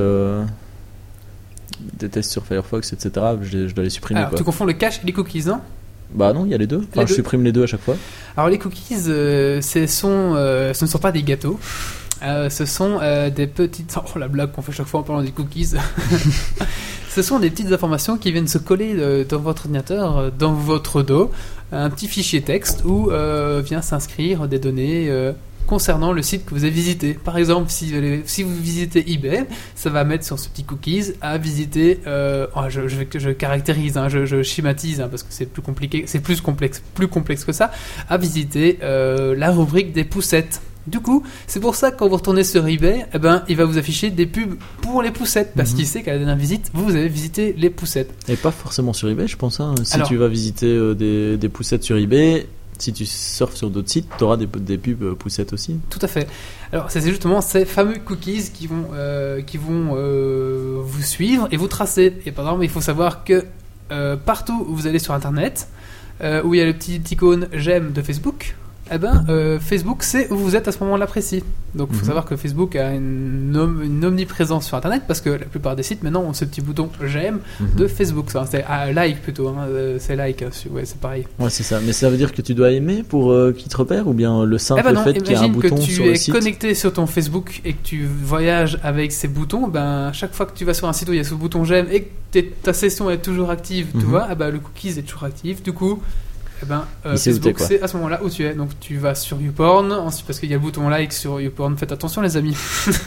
sur Firefox, etc., je dois les supprimer.
Alors,
Quoi.
tu confonds le cache et les cookies, non?
Bah non, il y a les deux. Enfin,
Les
je
deux.
supprime les deux à chaque fois.
Alors les cookies, ce ne sont pas des gâteaux. Ce sont des petites... Oh la blague qu'on fait chaque fois en parlant des cookies. Ce sont des petites informations qui viennent se coller dans votre ordinateur, dans votre dos. Un petit fichier texte où vient s'inscrire des données concernant le site que vous avez visité. Par exemple, si vous visitez eBay, ça va mettre sur ce petit cookies à visiter... je caractérise, hein, je schématise, hein, parce que c'est plus compliqué, c'est plus complexe que ça, à visiter la rubrique des poussettes. Du coup, c'est pour ça que quand vous retournez sur eBay, eh ben, il va vous afficher des pubs pour les poussettes, parce qu'il sait qu'à la dernière visite, vous avez visité les poussettes.
Et pas forcément sur eBay, je pense. Hein. Si
Alors-
tu vas visiter des poussettes sur eBay, si tu surfes sur d'autres sites, tu auras des pubs poussettes aussi.
Tout à fait. Alors, c'est justement ces fameux cookies qui vont vous suivre et vous tracer. Et par exemple, il faut savoir que partout où vous allez sur Internet, où il y a le petit icône j'aime de Facebook, eh ben, Facebook sait où vous êtes à ce moment-là précis. Donc il faut savoir que Facebook a une omniprésence sur Internet parce que la plupart des sites maintenant ont ce petit bouton j'aime de Facebook. Enfin, c'est like plutôt, hein, c'est like, ouais, c'est pareil.
Ouais, c'est ça. Mais ça veut dire que tu dois aimer pour qu'ils te repèrent ou bien le simple
Eh ben non,
fait qu'il y a un
imagine que
bouton
tu
sur le
es
site.
connecté sur ton Facebook et que tu voyages avec ces boutons, ben chaque fois que tu vas sur un site où il y a ce bouton j'aime et que ta session est toujours active, tu vois, eh ben, le cookies est toujours actif. Du coup, eh ben,
Il sait où t'es,
Facebook
quoi.
c'est à ce moment-là où tu es. Donc tu vas sur YouPorn, ensuite parce qu'il y a le bouton like sur YouPorn. Faites attention les amis.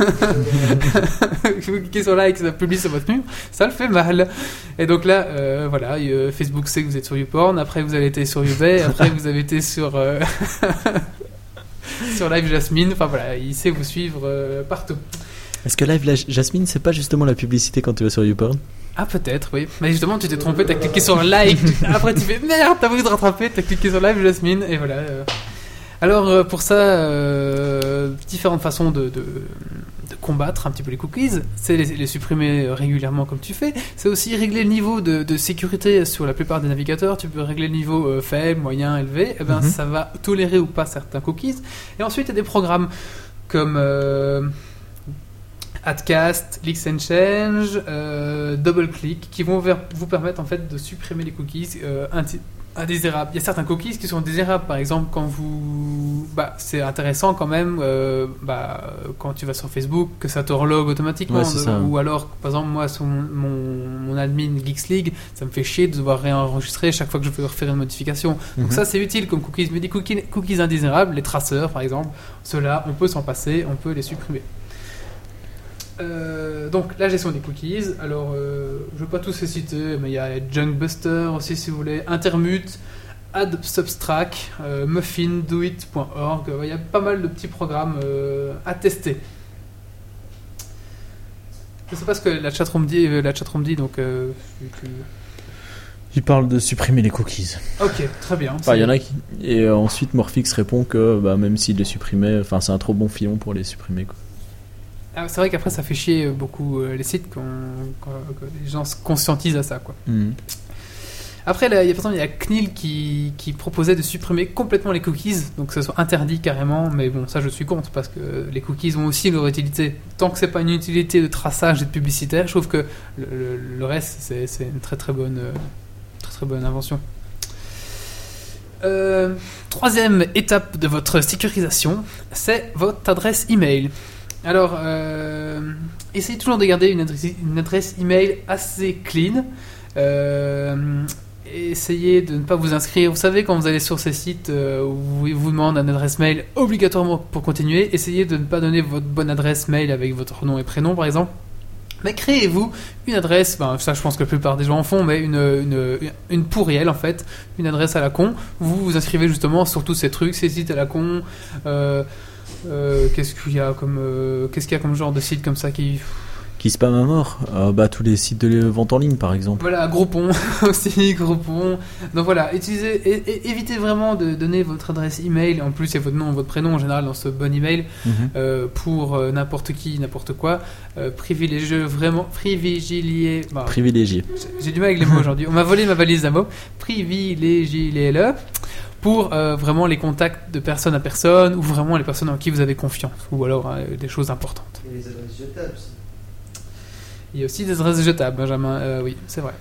Vous cliquez sur like, ça publie sur votre mur, ça le fait mal. Et donc là, voilà, Facebook sait que vous êtes sur YouPorn. Après vous avez été sur eBay. Après vous avez été sur sur Live Jasmine. Enfin voilà, il sait vous suivre partout.
Est-ce que Live Jasmine, c'est pas justement la publicité quand tu vas sur YouPorn?
Ah peut-être, oui. Mais justement, tu t'es trompé, t'as cliqué sur like. Après tu fais merde, t'as voulu te rattraper, t'as cliqué sur Live Jasmine et voilà. Alors pour ça, différentes façons de combattre un petit peu les cookies, c'est les supprimer régulièrement comme tu fais. C'est aussi régler le niveau de sécurité sur la plupart des navigateurs. Tu peux régler le niveau faible, moyen, élevé. Et ben ça va tolérer ou pas certains cookies. Et ensuite il y a des programmes comme Adcast, Leaks and Change, DoubleClick qui vont vous permettre en fait de supprimer les cookies indésirables. Il y a certains cookies qui sont indésirables. Par exemple, quand vous... c'est intéressant quand même, quand tu vas sur Facebook, que ça te relogue automatiquement.
Ouais, c'est ça.
Ou alors, par exemple, moi, sur mon admin Geeks League, ça me fait chier de devoir réenregistrer chaque fois que je veux refaire une modification. Donc ça, c'est utile comme cookies. Mais des cookies indésirables, les traceurs, par exemple, ceux-là, on peut s'en passer, on peut les supprimer. Donc la gestion des cookies, alors je ne vais pas tous les citer, mais il y a Junkbuster aussi si vous voulez, Intermute, AdSubstract, Muffin, Doit.org, il y a pas mal de petits programmes à tester. Je ne sais pas ce que la chatroom dit, donc
Il parle de supprimer les cookies.
Ok, très bien.
Il y en a qui... Et ensuite Morphix répond que même s'il les supprimait, c'est un trop bon filon pour les supprimer, quoi.
Ah, c'est vrai qu'après ça fait chier beaucoup les sites quand les gens se conscientisent à ça, quoi. Après, il y a CNIL qui proposait de supprimer complètement les cookies, donc que ce soit interdit carrément, mais bon, ça je suis contre, parce que les cookies ont aussi leur utilité. Tant que c'est pas une utilité de traçage et de publicitaire, je trouve que le reste, c'est une très très bonne invention. Troisième étape de votre sécurisation, c'est votre adresse email. Alors, essayez toujours de garder une adresse email assez clean. Essayez de ne pas vous inscrire. Vous savez, quand vous allez sur ces sites où ils vous demandent une adresse mail obligatoirement pour continuer, essayez de ne pas donner votre bonne adresse mail avec votre nom et prénom, par exemple. Mais créez-vous une adresse, ça je pense que la plupart des gens en font, mais une pourrielle en fait, une adresse à la con. Vous vous inscrivez justement sur tous ces trucs, ces sites à la con. Qu'est-ce qu'il y a comme genre de site comme ça qui
spam à mort, tous les sites de vente en ligne par exemple.
Voilà, Groupon aussi, Groupon. Donc voilà, évitez vraiment de donner votre adresse email. En plus, il y a votre nom, votre prénom en général dans ce bon email pour n'importe qui, n'importe quoi. Privilégiez. J'ai du mal avec les mots aujourd'hui. On m'a volé ma valise à mots. Privilégiez-le pour vraiment les contacts de personne à personne ou vraiment les personnes en qui vous avez confiance ou alors des choses importantes.
Et les adresses jetables aussi.
Il y a aussi des adresses jetables, Benjamin. Oui, c'est vrai.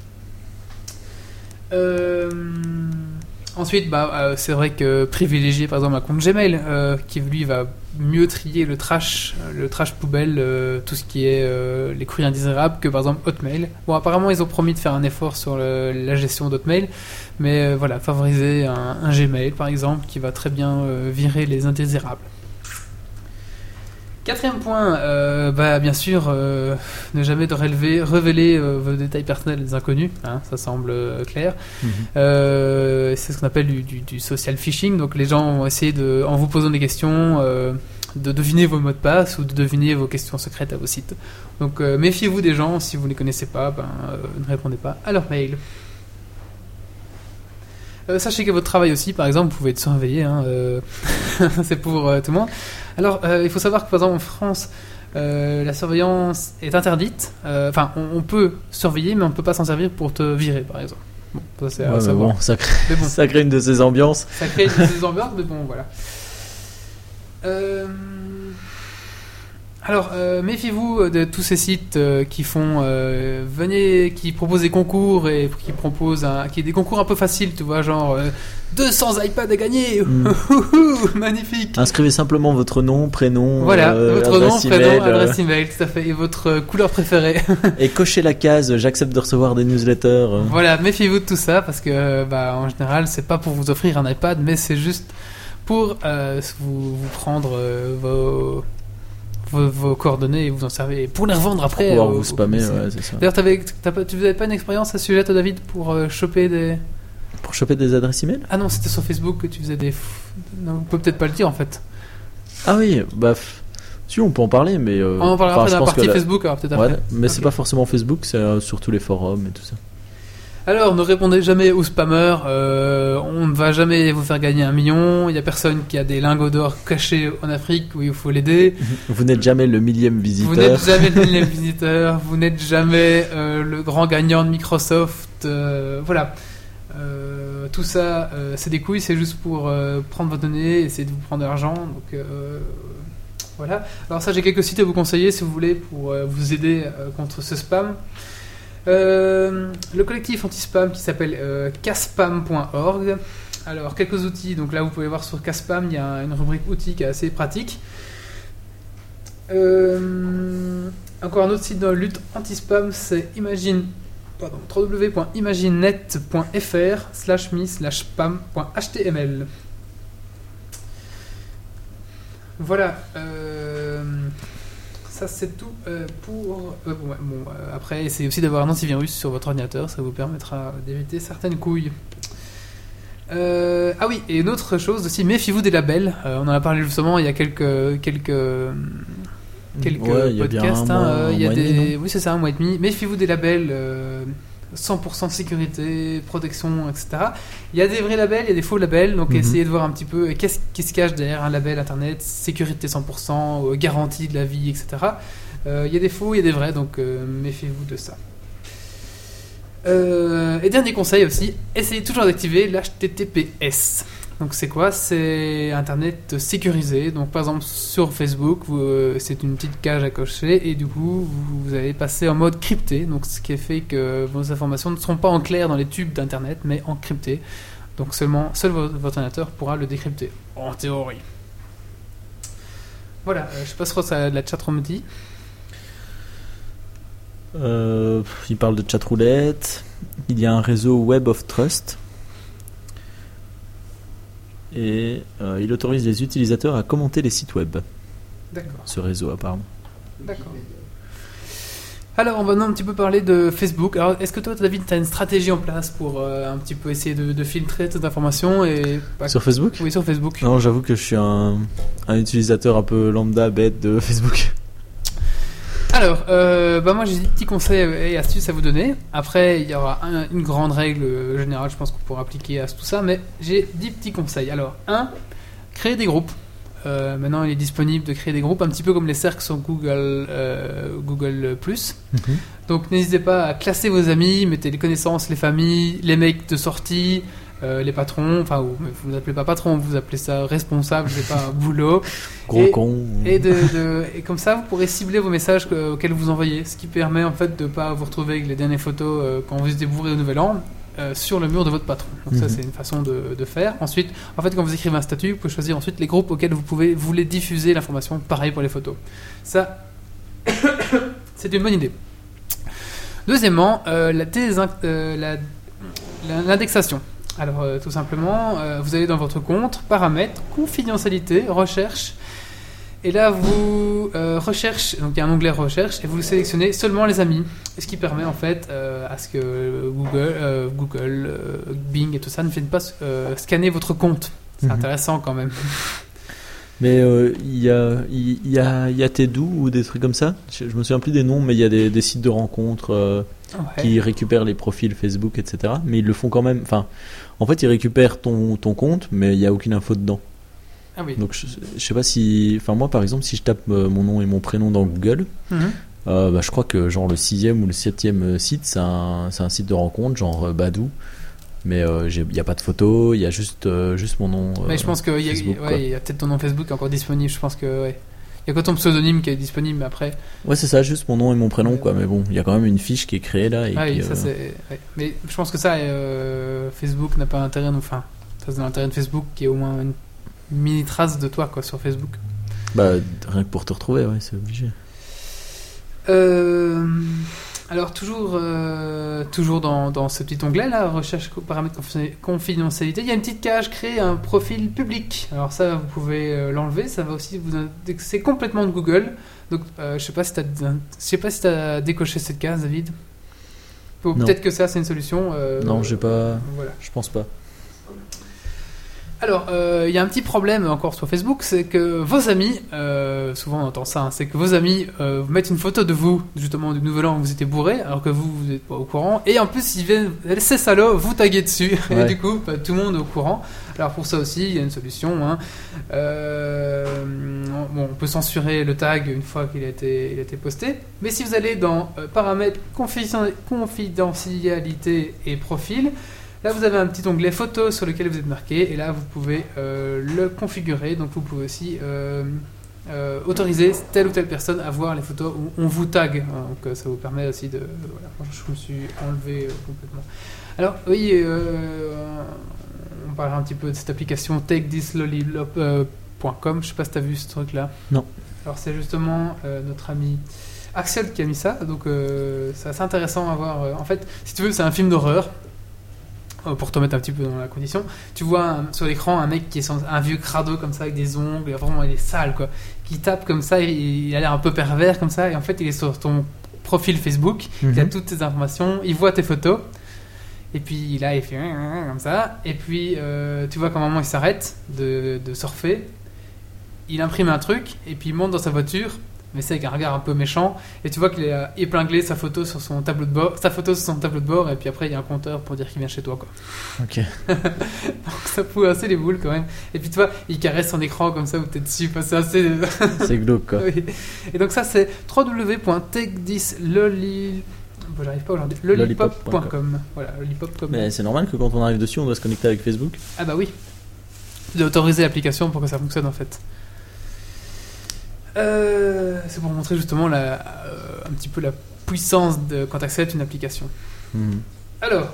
Ensuite, c'est vrai que privilégier par exemple un compte Gmail qui lui va mieux trier le trash poubelle, tout ce qui est les courriers indésirables que par exemple Hotmail. Bon, apparemment ils ont promis de faire un effort sur la gestion d'Hotmail, mais voilà, favoriser un Gmail par exemple qui va très bien virer les indésirables. Quatrième point, bien sûr, ne jamais révéler vos détails personnels des inconnus, ça semble clair. C'est ce qu'on appelle du social phishing, donc les gens vont essayer en vous posant des questions, de deviner vos mots de passe ou de deviner vos questions secrètes à vos sites. Donc méfiez-vous des gens, si vous ne les connaissez pas, ne répondez pas à leur mail. Sachez que votre travail aussi, par exemple, vous pouvez être surveillé, c'est pour tout le monde. Alors, il faut savoir que, par exemple, en France, la surveillance est interdite. On peut surveiller, mais on ne peut pas s'en servir pour te virer, par exemple. Bon, ça, c'est à savoir.
Ça crée une de ces ambiances.
Ça crée une de ces ambiances, mais bon, voilà. Alors, méfiez-vous de tous ces sites qui proposent des concours et qui proposent des concours un peu faciles, tu vois, genre 200 iPads à gagner, magnifique.
Inscrivez simplement votre nom, prénom,
voilà, votre nom,
adresse
prénom,
email,
adresse email, tout à fait, et votre couleur préférée.
Et cochez la case, j'accepte de recevoir des newsletters.
Voilà, méfiez-vous de tout ça parce que, en général, c'est pas pour vous offrir un iPad, mais c'est juste pour vous prendre vos coordonnées et vous en servez pour les revendre après.
Pour pouvoir vous spammer, c'est ça.
D'ailleurs, tu n'avais pas une expérience à ce sujet, toi, David, pour choper des...
Pour choper des adresses email ?
Ah non, c'était sur Facebook que tu faisais des... Non, on peut peut-être pas le dire, en fait.
Ah oui, si, on peut en parler, mais...
on en parlera après dans la partie Facebook, alors peut-être après.
Ouais, mais c'est pas forcément Facebook, c'est surtout les forums et tout ça.
Alors, ne répondez jamais aux spammers. On ne va jamais vous faire gagner 1 million. Il n'y a personne qui a des lingots d'or cachés en Afrique où il faut l'aider.
Vous n'êtes jamais le 1000e visiteur.
Vous n'êtes jamais le 1000e visiteur. Vous n'êtes jamais le grand gagnant de Microsoft. Voilà. Tout ça, c'est des couilles. C'est juste pour prendre vos données, essayer de vous prendre de l'argent. Donc, voilà. Alors ça, j'ai quelques sites à vous conseiller si vous voulez pour vous aider contre ce spam. Le collectif anti-spam qui s'appelle caspam.org. Alors, quelques outils. Donc là, vous pouvez voir sur Caspam, il y a une rubrique outils qui est assez pratique. Encore un autre site de lutte anti-spam, c'est www.imaginenet.fr/me/spam.html. Voilà. Ça c'est tout pour... après, essayez aussi d'avoir un antivirus sur votre ordinateur, ça vous permettra d'éviter certaines couilles. Ah oui, et une autre chose aussi, méfiez-vous des labels. On en a parlé justement il y a quelques
Ouais, il y a bien
podcasts.
un mois et demi, non
oui, c'est ça, un mois et demi. Méfiez-vous des labels 100% sécurité, protection, etc. Il y a des vrais labels, il y a des faux labels, donc essayez de voir un petit peu qu'est-ce qui se cache derrière un label internet, sécurité 100%, garantie de la vie, etc. Il y a des faux, il y a des vrais, donc méfiez-vous de ça. Et dernier conseil aussi, essayez toujours d'activer l'HTTPS. Donc c'est quoi ? C'est Internet sécurisé. Donc par exemple sur Facebook, c'est une petite cage à cocher et du coup vous allez passer en mode crypté. Donc ce qui fait que vos informations ne seront pas en clair dans les tubes d'Internet, mais encryptées. Donc seul votre ordinateur pourra le décrypter, en théorie. Voilà, je sais pas ce que ça la chatroom dit.
Il parle de chatroulette. Il y a un réseau Web of Trust. Et il autorise les utilisateurs à commenter les sites web.
D'accord.
Ce réseau, apparemment.
D'accord. Alors, on va maintenant un petit peu parler de Facebook. Alors, est-ce que toi, David, tu as une stratégie en place pour un petit peu essayer de filtrer toute information et...
Sur Facebook ?
Oui, sur Facebook.
Non, j'avoue que je suis un utilisateur un peu lambda, bête de Facebook.
Alors, moi j'ai des petits conseils et astuces à vous donner. Après, il y aura une grande règle générale, je pense qu'on pourra appliquer à tout ça, mais j'ai 10 petits conseils. Alors, 1, créer des groupes. Maintenant, il est disponible de créer des groupes, un petit peu comme les cercles sur Google+. Donc, n'hésitez pas à classer vos amis, mettez les connaissances, les familles, les mecs de sortie, les patrons, enfin vous n'appelez pas patron, vous appelez ça responsable, c'est pas un boulot.
Gros con.
Et comme ça, vous pourrez cibler vos messages auxquels vous envoyez, ce qui permet en fait de pas vous retrouver avec les dernières photos quand vous étiez bourré au Nouvel An sur le mur de votre patron. Donc ça, c'est une façon de faire. Ensuite, en fait, quand vous écrivez un statut, vous pouvez choisir ensuite les groupes auxquels vous voulez diffuser l'information. Pareil pour les photos. Ça, c'est une bonne idée. Deuxièmement, l'indexation. Alors, tout simplement, vous allez dans votre compte, paramètres, confidentialité, recherche, et là vous recherche, donc il y a un onglet recherche, et vous sélectionnez seulement les amis, ce qui permet en fait à ce que Google, Bing et tout ça ne viennent pas scanner votre compte. C'est intéressant quand même.
Mais il y a Tedou ou des trucs comme ça. Je me souviens plus des noms, mais il y a des sites de rencontres qui récupèrent les profils Facebook, etc. Mais ils le font quand même. Enfin, en fait, ils récupèrent ton compte, mais il n'y a aucune info dedans.
Ah oui.
Donc je sais pas si. Enfin, moi, par exemple, si je tape mon nom et mon prénom dans Google, je crois que genre le 6e ou le 7e site, c'est un site de rencontre, genre Badoo. Mais il n'y a pas de photo, il y a juste mon nom.
Mais je pense qu'il y a peut-être ton nom Facebook encore disponible. Je pense que il y a que ton pseudomime qui est disponible, mais après.
Ouais, c'est ça, juste mon nom et mon prénom, quoi. Mais bon, il y a quand même une fiche qui est créée là.
Ça c'est. Ouais. Mais je pense que ça, Facebook n'a pas intérêt. Enfin, ça c'est dans l'intérêt de Facebook qu'il y ait au moins une mini trace de toi, quoi, sur Facebook.
Bah, rien que pour te retrouver, ouais, c'est obligé.
Alors toujours dans ce petit onglet là, recherche paramètres confidentialité, il y a une petite cage créer un profil public. Alors ça vous pouvez l'enlever, ça va aussi vous indexer complètement de Google. Donc je sais pas si t'as décoché cette case, David. Peut-être que ça c'est une solution.
Non, j'ai pas.
Voilà.
Je pense pas.
Alors, il y a un petit problème encore sur Facebook, c'est que vos amis, souvent on entend ça, hein, c'est que vos amis mettent une photo de vous, justement du Nouvel An où vous étiez bourré, alors que vous n'êtes pas au courant, et en plus ils viennent, ces salauds, vous taguer dessus,
ouais.
Et du coup, tout le monde est au courant. Alors pour ça aussi, il y a une solution, hein. On peut censurer le tag une fois qu'il a été posté, mais si vous allez dans paramètres confidentialité et profil, là, vous avez un petit onglet photos sur lequel vous êtes marqué et là, vous pouvez le configurer. Donc, vous pouvez aussi autoriser telle ou telle personne à voir les photos où on vous tag. Donc ça vous permet aussi de... Voilà, je me suis enlevé complètement. Alors oui, on parlera un petit peu de cette application TakeThisLollipop.com. Je sais pas si tu as vu ce truc-là.
Non.
Alors c'est justement notre ami Axel qui a mis ça. Donc c'est assez intéressant à voir. En fait, si tu veux, c'est un film d'horreur. Pour te mettre un petit peu dans la condition, tu vois sur l'écran un mec qui est un vieux crado comme ça avec des ongles, vraiment il est sale quoi, qui tape comme ça, il a l'air un peu pervers comme ça, et en fait il est sur ton profil Facebook, il a toutes tes informations, il voit tes photos, et puis là il fait comme ça, et puis tu vois qu'à un moment il s'arrête de surfer, il imprime un truc, et puis il monte dans sa voiture, mais c'est avec un regard un peu méchant, et tu vois qu'il a épinglé sa photo sur son tableau de bord, et puis après il y a un compteur pour dire qu'il vient chez toi quoi.
Ok.
Donc ça fout assez les boules quand même. Et puis tu vois, il caresse son écran comme ça où t'es dessus, enfin, c'est assez...
C'est glauque quoi.
Oui. Et donc ça c'est lollipop.com. Voilà, lollipop.com.
Mais c'est normal que quand on arrive dessus, on doit se connecter avec Facebook.
Ah bah oui. Tu dois autoriser l'application pour que ça fonctionne en fait. C'est pour montrer justement un petit peu la puissance quand tu acceptes une application. Alors,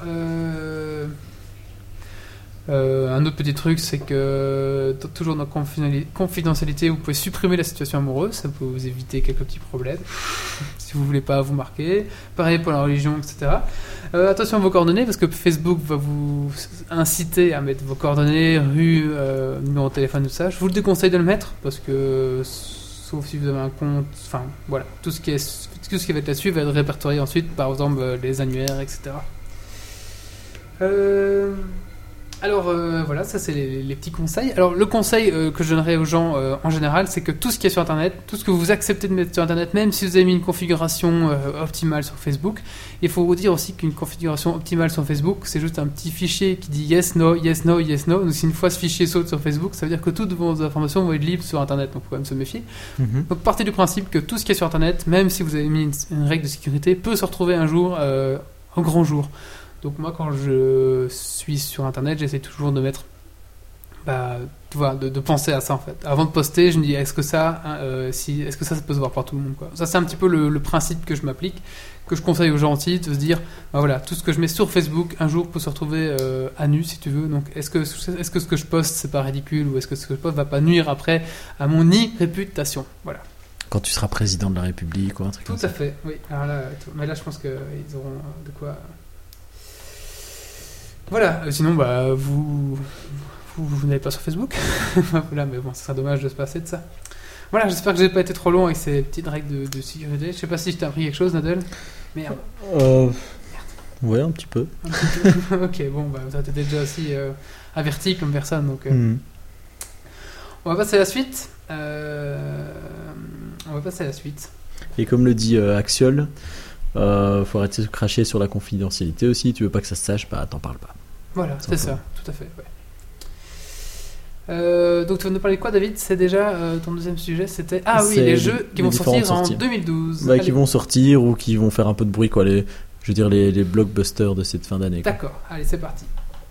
un autre petit truc, c'est que toujours dans confidentialité, vous pouvez supprimer la situation amoureuse, ça peut vous éviter quelques petits problèmes si vous voulez pas vous marquer. Pareil pour la religion, etc. Attention à vos coordonnées, parce que Facebook va vous inciter à mettre vos coordonnées, rue, numéro de téléphone, tout ça. Je vous le déconseille de le mettre, parce que sauf si vous avez un compte, enfin voilà, tout ce qui va être là-dessus va être répertorié ensuite, par exemple les annuaires, etc. Alors voilà, ça c'est les petits conseils. Alors le conseil que je donnerais aux gens en général, c'est que tout ce qui est sur Internet, tout ce que vous acceptez de mettre sur Internet, même si vous avez mis une configuration optimale sur Facebook, il faut vous dire aussi qu'une configuration optimale sur Facebook, c'est juste un petit fichier qui dit yes, no, yes, no, yes, no. Donc si une fois ce fichier saute sur Facebook, ça veut dire que toutes vos informations vont être libres sur Internet, donc il faut quand même se méfier. Donc partez du principe que tout ce qui est sur Internet, même si vous avez mis une règle de sécurité, peut se retrouver un jour au grand jour. Donc moi quand je suis sur Internet, j'essaie toujours de mettre, tu vois, de penser à ça en fait. Avant de poster, je me dis est-ce que ça peut se voir par tout le monde quoi. Ça c'est un petit peu le principe que je m'applique, que je conseille aux gens aussi, de se dire voilà, tout ce que je mets sur Facebook un jour peut se retrouver à nu si tu veux. Donc est-ce que ce que je poste c'est pas ridicule, ou est-ce que ce que je poste va pas nuire après à mon réputation. Voilà.
Quand tu seras président de la République ou un truc comme ça.
Tout à fait, oui. Alors là, mais là je pense qu'ils auront de quoi. Voilà, sinon vous n'allez pas sur Facebook. Voilà, mais bon, ce serait dommage de se passer de ça. Voilà, j'espère que j'ai pas été trop long avec ces petites règles de sécurité. Je sais pas si je t'ai appris quelque chose, Nadel. Merde.
Ouais, un petit peu.
Ok, bon, t'étais déjà aussi averti comme personne, donc. On va passer à la suite.
Et comme le dit Axiol, faut arrêter de se cracher sur la confidentialité aussi. Tu veux pas que ça se sache, t'en parles pas.
Voilà, c'est ça, tout à fait. Ouais. Donc tu vas nous parler de quoi, David? C'est déjà ton deuxième sujet, c'était les jeux qui vont sortir en 2012.
Qui vont sortir ou qui vont faire un peu de bruit quoi. Je veux dire les blockbusters de cette fin d'année.
D'accord, allez c'est parti.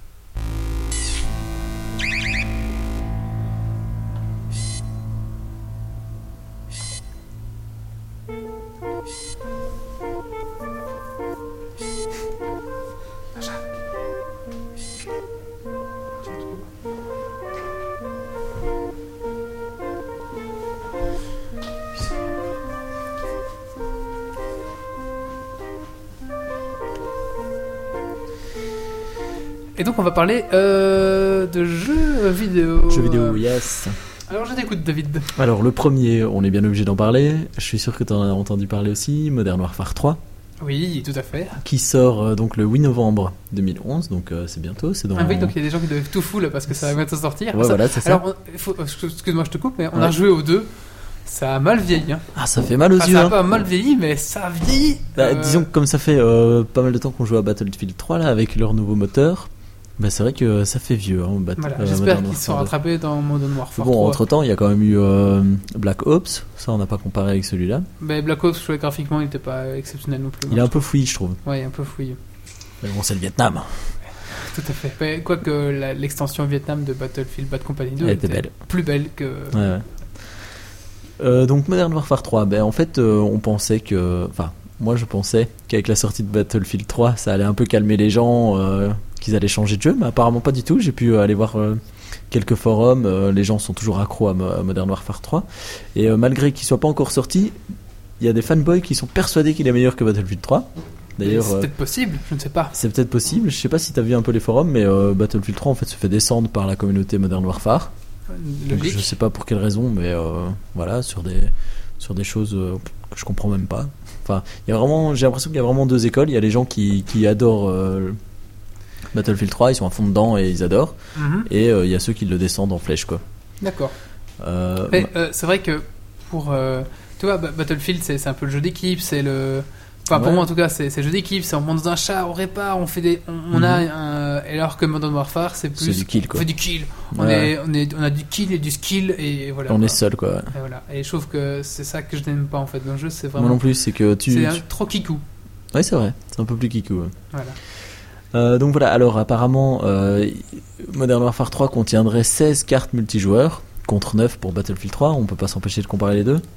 Et donc on va parler de jeux vidéo.
Jeux vidéo, yes.
Alors je t'écoute, David.
Alors le premier, on est bien obligé d'en parler. Je suis sûr que tu en as entendu parler aussi, Modern Warfare 3.
Oui, tout à fait.
Qui sort donc le 8 novembre 2011, donc c'est bientôt. C'est dans...
Ah oui, donc il y a des gens qui doivent tout fou là parce que ça va bientôt sortir.
Ouais, voilà, c'est ça.
Alors, excuse-moi, je te coupe, mais on a joué aux deux. Ça a mal vieilli. Hein.
Ah, ça fait mal aux yeux.
Ça a pas mal vieilli, mais ça a vieilli.
Disons que comme ça fait pas mal de temps qu'on joue à Battlefield 3 là, avec leur nouveau moteur, c'est vrai que ça fait vieux. Hein,
voilà, j'espère qu'ils se sont rattrapés dans Modern Warfare 3.
Bon, entre temps, il y a quand même eu Black Ops. Ça, on n'a pas comparé avec celui-là.
Mais Black Ops, je trouvais graphiquement, il n'était pas exceptionnel non plus.
Il est un peu fouillis, je trouve.
Ouais, un peu fouillis.
Mais bon, c'est le Vietnam.
Tout à fait. Mais, quoique l'extension Vietnam de Battlefield Bad Company 2
était belle.
Plus belle que.
Ouais. Donc Modern Warfare 3, ben en fait on pensait que, enfin moi je pensais qu'avec la sortie de Battlefield 3 ça allait un peu calmer les gens, qu'ils allaient changer de jeu, mais apparemment pas du tout. J'ai pu aller voir quelques forums, les gens sont toujours accros à Modern Warfare 3, et malgré qu'il soit pas encore sorti, il y a des fanboys qui sont persuadés qu'il est meilleur que Battlefield 3. D'ailleurs,
c'est peut-être possible, je ne sais pas.
C'est peut-être possible, je sais pas si t'as vu un peu les forums, mais Battlefield 3 en fait se fait descendre par la communauté Modern Warfare. Donc, je sais pas pour quelle raison, mais voilà, sur des choses que je comprends même pas. Enfin, il y a vraiment, j'ai l'impression qu'il y a vraiment deux écoles. Il y a les gens qui adorent Battlefield 3, ils sont à fond dedans et ils adorent. Et il y a ceux qui le descendent en flèche, quoi.
D'accord. Mais c'est vrai que pour tu vois, Battlefield c'est un peu le jeu d'équipe, c'est le. Enfin, pour moi en tout cas, c'est le jeu d'équipe, c'est on monte dans un char, on répare, on fait on a alors que Modern Warfare, c'est plus
du kill, quoi.
On fait du kill. On a du kill et du skill et voilà.
On est seul, quoi.
Et voilà. Et je trouve que c'est ça que je n'aime pas en fait dans le jeu, c'est vraiment.
Moi non plus, c'est que c'est
trop kikou.
Ouais, c'est vrai, c'est un peu plus kikou. Ouais.
Voilà.
Donc voilà, alors apparemment Modern Warfare 3 contiendrait 16 cartes multijoueurs contre 9 pour Battlefield 3, on peut pas s'empêcher de comparer les deux.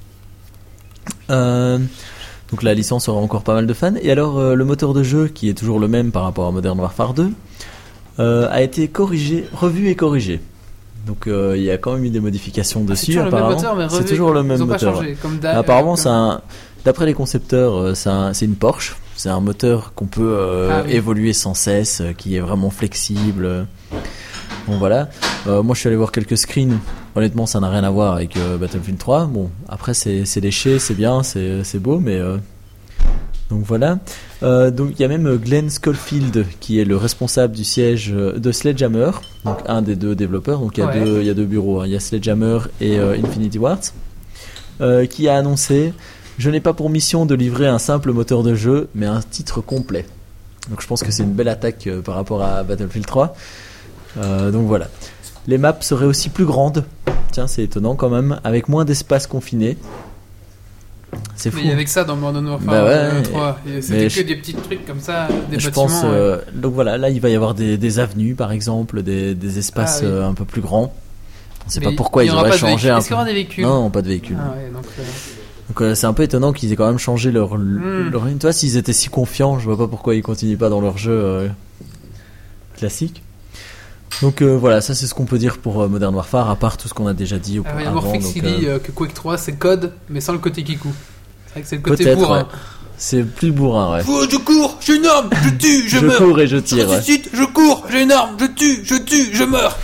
Donc la licence aura encore pas mal de fans. Et alors le moteur de jeu, qui est toujours le même par rapport à Modern Warfare 2, a été revu et corrigé. Donc il y a quand même eu des modifications dessus. C'est toujours le même moteur.
Changé, comme
apparemment, d'après les concepteurs, c'est une Porsche. C'est un moteur qu'on peut évoluer sans cesse, qui est vraiment flexible. Bon voilà. Moi je suis allé voir quelques screens. Honnêtement, ça n'a rien à voir avec Battlefield 3. Bon, après c'est léché, c'est bien, c'est beau, mais donc voilà. Donc il y a même Glenn Schofield qui est le responsable du siège de Sledgehammer, donc un des deux développeurs. Donc il y a deux bureaux, hein. Il y a Sledgehammer et Infinity Ward, qui a annoncé: je n'ai pas pour mission de livrer un simple moteur de jeu, mais un titre complet. Donc je pense que c'est une belle attaque par rapport à Battlefield 3. Donc voilà. Les maps seraient aussi plus grandes. Tiens, c'est étonnant quand même, avec moins d'espace confiné. C'est fou.
Mais avec ça dans Modern Warfare 3, c'était que des petits trucs comme ça, des
je
bâtiments.
Pense, donc voilà, là il va y avoir des avenues par exemple, des espaces un peu plus grands. On ne sait pas pourquoi ils auraient changé un peu.
Est-ce qu'il y aura des véhicules ?
Non, pas de véhicules.
Ah ouais,
donc c'est un peu étonnant qu'ils aient quand même changé leur ligne. Toi, s'ils étaient si confiants, je vois pas pourquoi ils continuent pas dans leur jeu classique. Donc voilà, ça c'est ce qu'on peut dire pour Modern Warfare, à part tout ce qu'on a déjà dit
auparavant.
Il y a
Morphix qui dit que Quake 3 c'est code, mais sans le côté kikou. C'est vrai que c'est le côté bourrin. Ouais.
C'est plus bourrin, ouais.
Je cours, j'ai une arme, je tue, je meurs.
Je cours et je tire.
Je ressuscite, je cours, j'ai une arme, je tue, je meurs.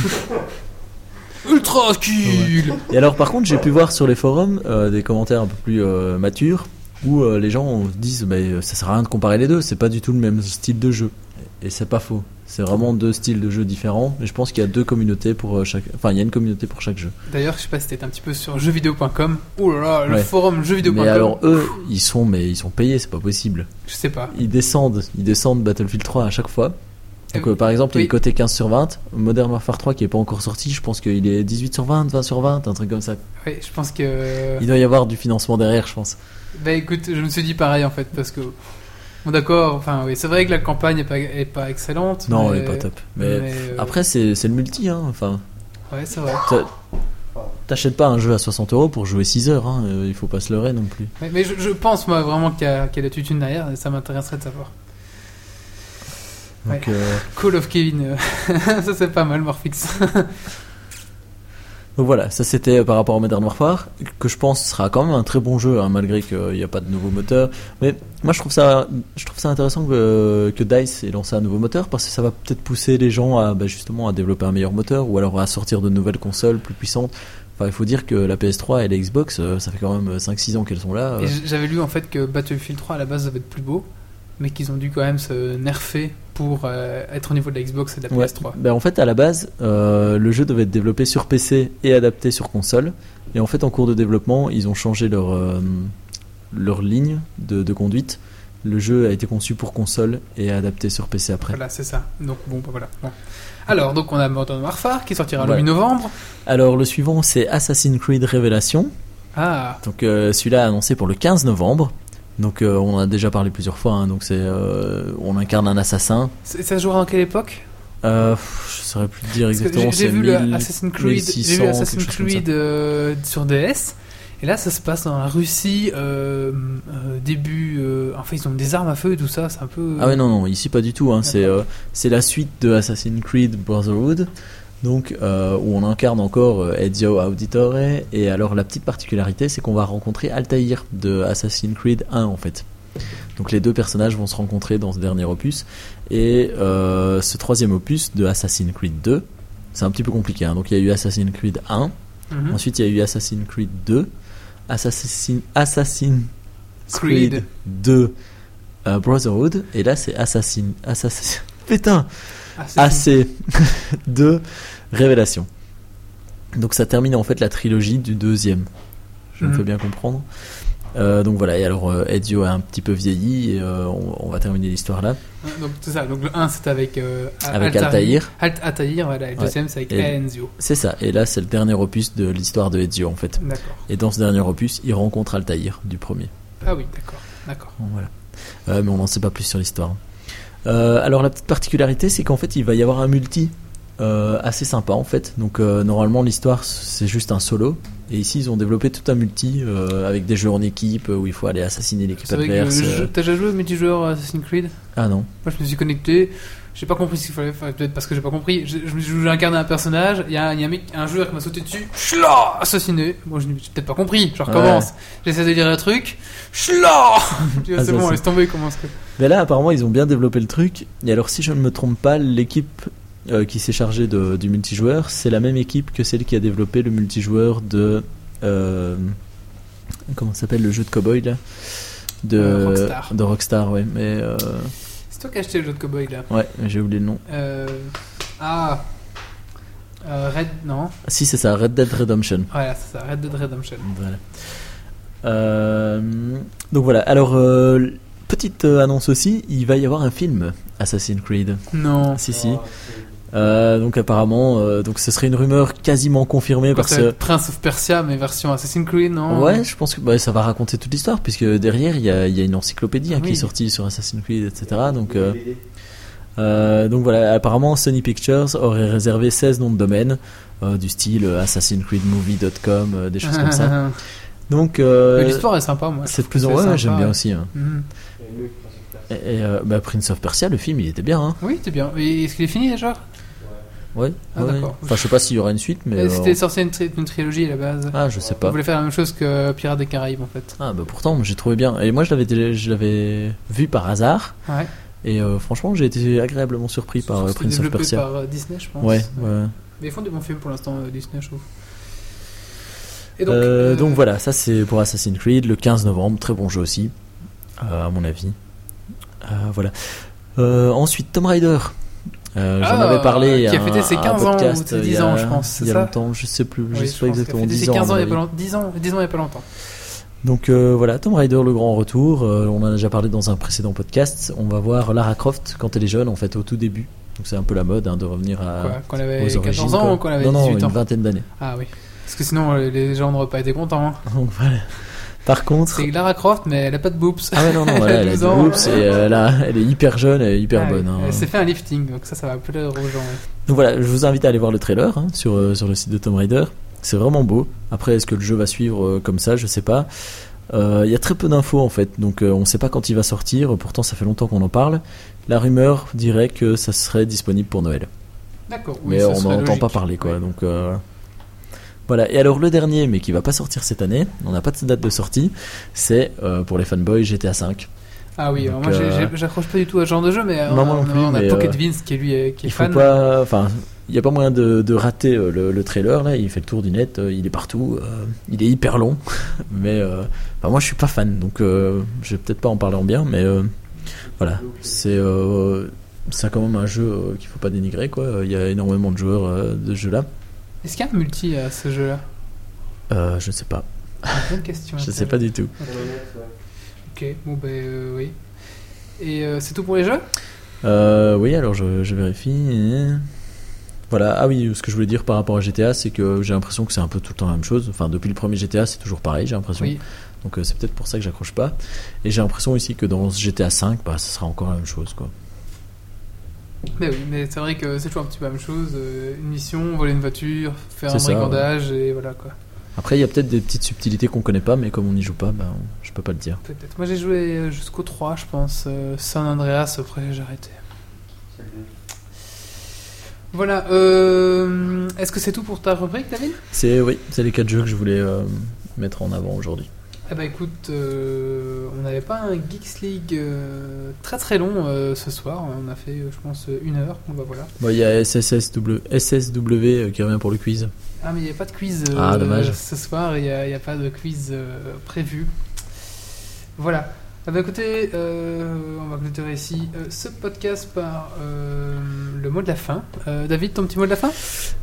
Ultra kill.
Ouais. Et alors par contre, j'ai pu voir sur les forums des commentaires un peu plus matures où les gens disent ça sert à rien de comparer les deux, c'est pas du tout le même style de jeu. Et c'est pas faux. C'est vraiment deux styles de jeu différents. Et je pense qu'il y a deux communautés pour chaque. Enfin, il y a une communauté pour chaque jeu. D'ailleurs,
je sais pas si t'étais un petit peu sur jeuxvideo.com. Oh là là, le forum jeuxvideo.com.
Mais alors eux, ils sont payés, c'est pas possible.
Je sais pas.
Ils descendent Battlefield 3 à chaque fois. Donc par exemple, il est coté 15 sur 20. Modern Warfare 3 qui est pas encore sorti, je pense qu'il est 18 sur 20, 20 sur 20, un truc comme ça.
Oui, je pense que.
Il doit y avoir du financement derrière, je pense.
Bah écoute, je me suis dit pareil en fait, parce que. Bon d'accord, enfin oui, c'est vrai que la campagne est pas excellente.
Non, elle est pas top. Mais après c'est le multi, hein. Enfin.
Ouais, c'est vrai.
T'achètes pas un jeu à 60€ pour jouer 6 heures, hein. Il faut pas se leurrer non plus.
Mais je pense moi vraiment qu'il y a la tutune derrière, et ça m'intéresserait de savoir. Donc, Call of Kevin, ça c'est pas mal, Morphix.
Donc voilà, ça c'était par rapport à Modern Warfare, que je pense sera quand même un très bon jeu, hein, malgré qu'il n'y a pas de nouveau moteur. Mais moi je trouve ça intéressant que DICE ait lancé un nouveau moteur, parce que ça va peut-être pousser les gens à justement à développer un meilleur moteur, ou alors à sortir de nouvelles consoles plus puissantes. Enfin, il faut dire que la PS3 et la Xbox, ça fait quand même 5-6 ans qu'elles sont là.
Et j'avais lu en fait que Battlefield 3 à la base devait être plus beau, mais qu'ils ont dû quand même se nerfer pour être au niveau de la Xbox et de la PS3.
En fait, à la base, le jeu devait être développé sur PC et adapté sur console. Et en fait, en cours de développement, ils ont changé leur ligne de conduite. Le jeu a été conçu pour console et adapté sur PC après.
Voilà, c'est ça. Donc voilà. Bon. Alors, donc on a Modern Warfare qui sortira le 8 novembre.
Alors, le suivant, c'est Assassin's Creed Révélation.
Ah.
Donc celui-là annoncé pour le 15 novembre. Donc on en a déjà parlé plusieurs fois, hein. Donc on incarne un assassin.
Ça se jouera dans quelle époque ?
Je saurais plus te dire exactement.
J'ai vu Assassin's Creed sur DS, Et là, ça se passe dans la Russie, début. Enfin, ils ont des armes à feu et tout ça, c'est un peu.
Ah ouais, non, ici pas du tout. Hein. C'est la suite de Assassin's Creed Brotherhood, donc où on incarne encore Ezio Auditore. Et alors la petite particularité, c'est qu'on va rencontrer Altaïr de Assassin's Creed 1 en fait. Donc les deux personnages vont se rencontrer dans ce dernier opus. Et ce troisième opus de Assassin's Creed 2, c'est un petit peu compliqué. Hein. Donc il y a eu Assassin's Creed 1, ensuite il y a eu Assassin's Creed 2, Assassin's Creed 2 Brotherhood, et là c'est putain, AC2 Révélation. Donc ça termine en fait la trilogie du deuxième. Je me fais bien comprendre. Donc voilà, et alors Ezio a un petit peu vieilli et on va terminer l'histoire là.
Donc c'est ça, donc le 1 c'est avec
Altaïr.
Altaïr, voilà, et le deuxième c'est avec Ezio.
C'est ça, et là c'est le dernier opus de l'histoire de Ezio en fait.
D'accord.
Et dans ce dernier opus, il rencontre Altaïr du premier.
Ah oui, d'accord.
Voilà. Mais on n'en sait pas plus sur l'histoire. Alors la petite particularité, c'est qu'en fait il va y avoir un multi assez sympa en fait. Donc normalement l'histoire c'est juste un solo. Et ici, ils ont développé tout un multi avec des jeux en équipe où il faut aller assassiner l'équipe adverse.
T'as déjà joué au multijoueur Assassin's Creed ?
Ah non.
Moi, je me suis connecté. J'ai pas compris ce qu'il fallait faire. Peut-être parce que j'ai pas compris. J'ai incarné un personnage. Il y a un joueur qui m'a sauté dessus. Chla, assassiné. Moi, je n'ai peut-être pas compris. Je recommence. J'essaie de lire un truc. Chla. C'est bon, laisse tomber. Commence.
Mais là, apparemment, ils ont bien développé le truc. Et alors, si je ne me trompe pas, l'équipe qui s'est chargée du multijoueur, c'est la même équipe que celle qui a développé le multijoueur de comment s'appelle le jeu de cowboy là, de Rockstar, ouais. Mais
c'est toi qui as acheté le jeu de cowboy là.
Ouais, j'ai oublié le nom.
Red, non.
Si, c'est ça, Red Dead Redemption.
Voilà, c'est ça, Red Dead Redemption.
Voilà. Donc voilà. Alors petite annonce aussi, il va y avoir un film Assassin's Creed.
Non.
Si. Donc apparemment, donc ce serait une rumeur quasiment confirmée parce que
Prince of Persia mais version Assassin's Creed, non?
Ouais, je pense que ça va raconter toute l'histoire puisque derrière il y a une encyclopédie qui est sortie sur Assassin's Creed, etc. Donc voilà, apparemment Sony Pictures aurait réservé 16 noms de domaine du style Assassin'sCreedMovie.com, des choses comme ça. Donc
l'histoire est sympa, moi.
C'est plus j'aime bien aussi. Hein. Et Prince of Persia, le film, il était bien. Hein.
Oui, c'était bien. Et est-ce qu'il est fini déjà?
Ouais.
D'accord.
Enfin, je sais pas s'il y aura une suite, mais.
C'était censé une trilogie à la base.
Ah, je sais pas.
On voulait faire la même chose que Pirates des Caraïbes en fait.
Ah, pourtant, j'ai trouvé bien. Et moi, je l'avais vu par hasard.
Ouais.
Et franchement, j'ai été agréablement surpris par Prince of Persia.
Développé par Disney, je pense.
Ouais.
Mais ils font des bons films pour l'instant, Disney, je trouve.
Et donc voilà, ça c'est pour Assassin's Creed, le 15 novembre. Très bon jeu aussi, à mon avis. Voilà. Ensuite, Tomb Raider. J'en avais parlé.
Qui a fêté ses 15 ans ou ses 10 ans, je pense.
Il y a longtemps, je sais plus. Je sais pas exactement.
10 ans. 15 ans, il y a pas longtemps. 10 ans, il y a pas longtemps.
Donc voilà, Tomb Raider, le grand retour. On en a déjà parlé dans un précédent podcast. On va voir Lara Croft quand elle est jeune, en fait, au tout début. Donc c'est un peu la mode de revenir
quand elle avait
aux
14
origines,
ans ou quand elle avait 18 ans.
une vingtaine d'années.
Ah oui. Parce que sinon, les gens n'auraient pas été contents. Hein.
Donc voilà. Par contre,
c'est Lara Croft, mais elle a pas de boobs.
Ah ouais, non, voilà, elle a des boobs et elle est hyper jeune, elle est hyper bonne. Hein.
Elle s'est fait un lifting, donc ça va plaire aux gens. Ouais.
Donc voilà, je vous invite à aller voir le trailer sur le site de Tomb Raider. C'est vraiment beau. Après, est-ce que le jeu va suivre comme ça? Je sais pas. Il y a très peu d'infos en fait, donc on sait pas quand il va sortir. Pourtant, ça fait longtemps qu'on en parle. La rumeur dirait que ça serait disponible pour Noël.
D'accord. Oui,
mais on n'en entend pas parler, quoi. Ouais. Donc voilà. Et alors le dernier, mais qui va pas sortir cette année, on n'a pas de date de sortie, c'est pour les fanboys GTA V.
Ah oui, donc, moi j'accroche pas du tout à ce genre de jeu, mais
on
a Pocket Vince qui est fan.
Il n'y a pas moyen de rater le trailer là. Il fait le tour du net, il est partout, il est hyper long, mais moi je suis pas fan, donc je vais peut-être pas en parler en bien, mais voilà, c'est quand même un jeu qu'il faut pas dénigrer, quoi. Il y a énormément de joueurs de ce jeu là.
Est-ce qu'il y a un multi à ce jeu là?
Je sais pas.
Bonne question.
Je sais pas du tout.
Ok, bon oui. Et c'est tout pour les jeux?
Oui, alors je vérifie. Voilà. Ah oui, ce que je voulais dire par rapport à GTA, c'est que j'ai l'impression que c'est un peu tout le temps la même chose. Enfin, depuis le premier GTA, c'est toujours pareil, j'ai l'impression.
Oui.
Donc c'est peut-être pour ça que j'accroche pas. Et j'ai l'impression aussi que dans GTA 5, ça sera encore la même chose, quoi.
Mais oui, mais c'est vrai que c'est toujours un petit peu la même chose. Une mission, voler une voiture, faire un
brigandage,
et voilà quoi.
Après, il y a peut-être des petites subtilités qu'on connaît pas, mais comme on n'y joue pas, je peux pas le dire.
Peut-être. Moi j'ai joué jusqu'au 3, je pense. San Andreas, après j'ai arrêté. Voilà. Est-ce que c'est tout pour ta rubrique, David ?
Oui, c'est les 4 jeux que je voulais mettre en avant aujourd'hui.
Eh ben écoute, on n'avait pas un Geeks League très très long ce soir. On a fait, je pense, 1 heure. Bon, bah, voilà.
Bon, il y a SSW qui revient pour le quiz.
Ah, mais il n'y a pas de quiz
dommage.
ce soir. Il n'y a pas de quiz prévu. Voilà. Ah bah écoutez, on va clôturer ici ce podcast par le mot de la fin. David, ton petit mot de la fin ?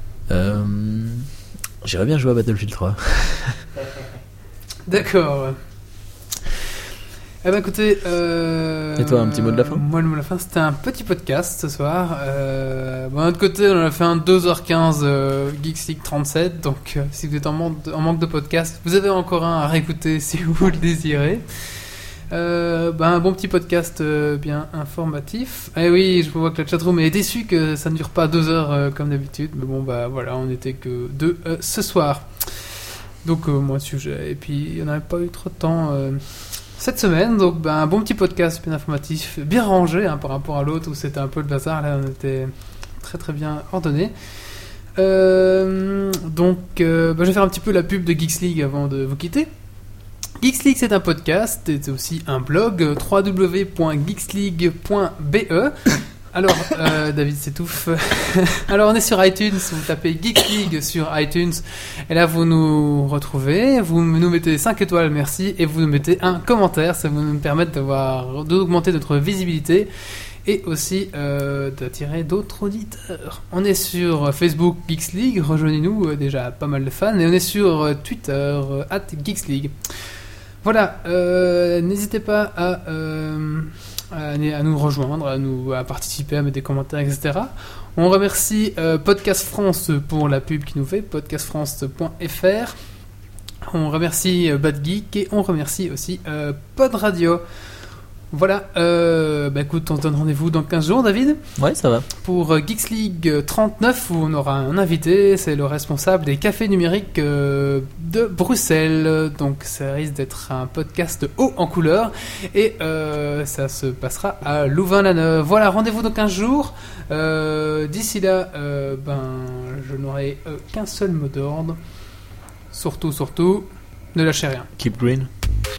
J'irais bien jouer à Battlefield 3.
D'accord. Eh ben écoutez,
et toi, un petit mot de la fin ?
Moi, le mot de la fin, c'était un petit podcast ce soir. Bon, de notre côté, on a fait un 2h15 Geeks League 37. Donc, si vous êtes en manque de podcast, vous avez encore un à réécouter si vous le désirez. Un bon petit podcast bien informatif. Et oui, je vois que la chatroom est déçue que ça ne dure pas 2 heures comme d'habitude. Mais bon, bah voilà, on n'était que 2 ce soir. Donc, moins de sujet. Et puis, il n'y en avait pas eu trop de temps cette semaine. Donc, un bon petit podcast bien informatif, bien rangé par rapport à l'autre où c'était un peu le bazar. Là, on était très très bien ordonné. Je vais faire un petit peu la pub de Geeks League avant de vous quitter. Geeks League, c'est un podcast et c'est aussi un blog, www.geeksleague.be. Alors, David s'étouffe. Alors, on est sur iTunes, vous tapez Geeks League sur iTunes, et là, vous nous retrouvez, vous nous mettez 5 étoiles, merci, et vous nous mettez un commentaire, ça va nous permettre d'augmenter notre visibilité, et aussi d'attirer d'autres auditeurs. On est sur Facebook Geeks League, rejoignez-nous, déjà pas mal de fans, et on est sur Twitter, @Geeks League. Voilà, n'hésitez pas à nous rejoindre, à participer, à mettre des commentaires, etc. On remercie Podcast France pour la pub qu'il nous fait, podcastfrance.fr. On remercie Bad Geek et on remercie aussi Pod Radio. Voilà, écoute, on se donne rendez-vous dans 15 jours, David.
Ouais, ça va.
Pour Geeks League 39, où on aura un invité, c'est le responsable des cafés numériques de Bruxelles. Donc ça risque d'être un podcast haut en couleur. Et ça se passera à Louvain-la-Neuve. Voilà, rendez-vous dans 15 jours. D'ici là, je n'aurai qu'un seul mot d'ordre. Surtout, ne lâchez rien.
Keep green.